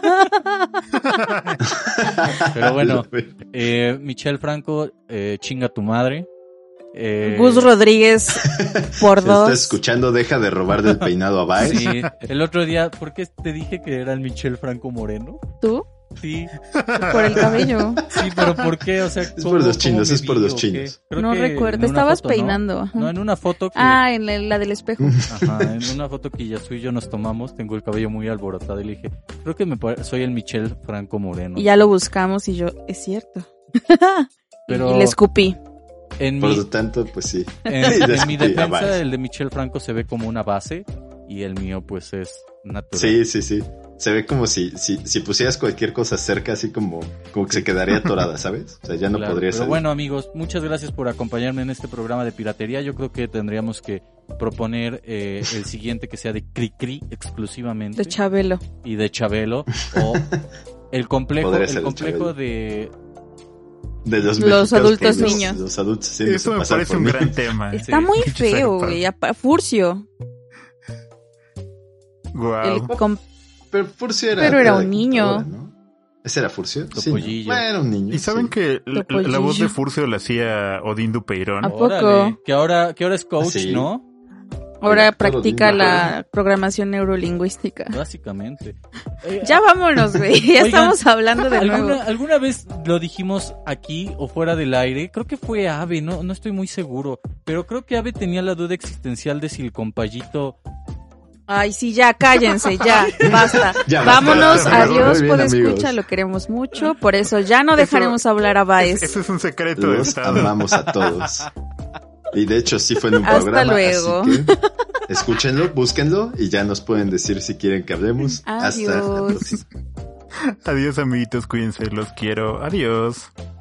A: Pero bueno, eh, Michel Franco, eh, chinga tu madre. Eh,
B: Gus Rodríguez por
C: Si estás
B: dos.
C: escuchando, deja de robar del peinado a Baez.
A: Sí, el otro día, ¿por qué te dije que era el Michel Franco moreno?
B: ¿Tú?
A: Sí,
B: Por el cabello.
A: sí, pero ¿por qué? O sea,
C: Es por los chinos,
A: me
C: es por
A: vi
C: los
A: o
C: chinos.
A: qué? Creo
B: No
A: que
B: recuerdo,
A: en una
B: estabas
A: foto, ¿no?
B: peinando.
A: No, en una foto que...
B: Ah, en la, la del espejo.
A: Ajá, en una foto que Yasu y yo nos tomamos, tengo el cabello muy alborotado y le dije, creo que me pare- soy el Michel Franco moreno.
B: Y ya lo buscamos y yo, es cierto.
A: Pero-
B: Y le escupí.
A: En
C: Por
A: mi,
C: lo tanto, pues sí.
A: en,
C: Y
A: en
C: después,
A: mi
C: ah,
A: defensa,
C: vaya.
A: el de Michel Franco se ve como una base y el mío pues es natural.
C: Sí, sí, sí. Se ve como si, si, si pusieras cualquier cosa cerca, así como, como que se quedaría atorada, ¿sabes? O sea, ya no
A: Claro,
C: podría
A: pero
C: salir.
A: bueno, amigos, muchas gracias por acompañarme en este programa de piratería. Yo creo que tendríamos que proponer eh, el siguiente que sea de Cricri exclusivamente
B: De Chabelo.
A: y de Chabelo o el complejo,
C: Podría
A: el
C: ser el
A: complejo
C: Chabelo.
A: de
C: De los,
B: Los
C: mexicanos,
B: adultos
C: los-
B: niños.
C: Los adultos haciéndose
D: Eso me
C: pasar
D: parece
C: por
D: un
C: mí.
D: gran tema.
B: Está
A: Sí.
B: muy
D: Pinches
B: feo,
D: actores.
B: güey. Apa- Furcio.
D: Guau.
B: El com-
C: Pero Furcio era...
B: Pero era
C: de
B: un niño.
C: computadora, ¿no? ¿Ese era Furcio? Sí, ¿no?
A: Topollillo.
C: Bueno, era un niño.
D: Y saben
C: sí.
D: que la,
B: Topollillo.
D: la voz de Furcio la hacía Odín Dupeirón.
B: ¿A poco?
A: Órale, que ahora que ahora es coach,
C: Sí.
A: ¿no?
B: Ahora
C: Hola,
B: practica
C: todo
B: la programación neurolingüística.
A: Básicamente. Eh,
B: Ya vámonos, güey. Ya
A: Oigan,
B: estamos hablando de nuevo.
A: ¿Alguna, alguna vez lo dijimos aquí o fuera del aire? Creo que fue Ave, no, no estoy muy seguro. Pero creo que Ave tenía la duda existencial de si el compayito...
B: Ay, sí, ya, cállense, ya, basta.
C: Ya basta.
B: Vámonos,
C: Muy bien,
B: adiós, por
C: amigos.
B: escucha, lo queremos mucho, por eso ya no
D: Eso-
B: dejaremos hablar a Baez.
D: Ese es un secreto de
C: Los
D: Estado.
C: amamos a todos. Y de hecho sí fue en un
B: Hasta
C: programa,
B: luego.
C: así que escúchenlo, búsquenlo y ya nos pueden decir si quieren que hablemos. Hasta la
B: Adiós.
C: próxima.
D: Adiós, amiguitos, cuídense, los quiero. Adiós.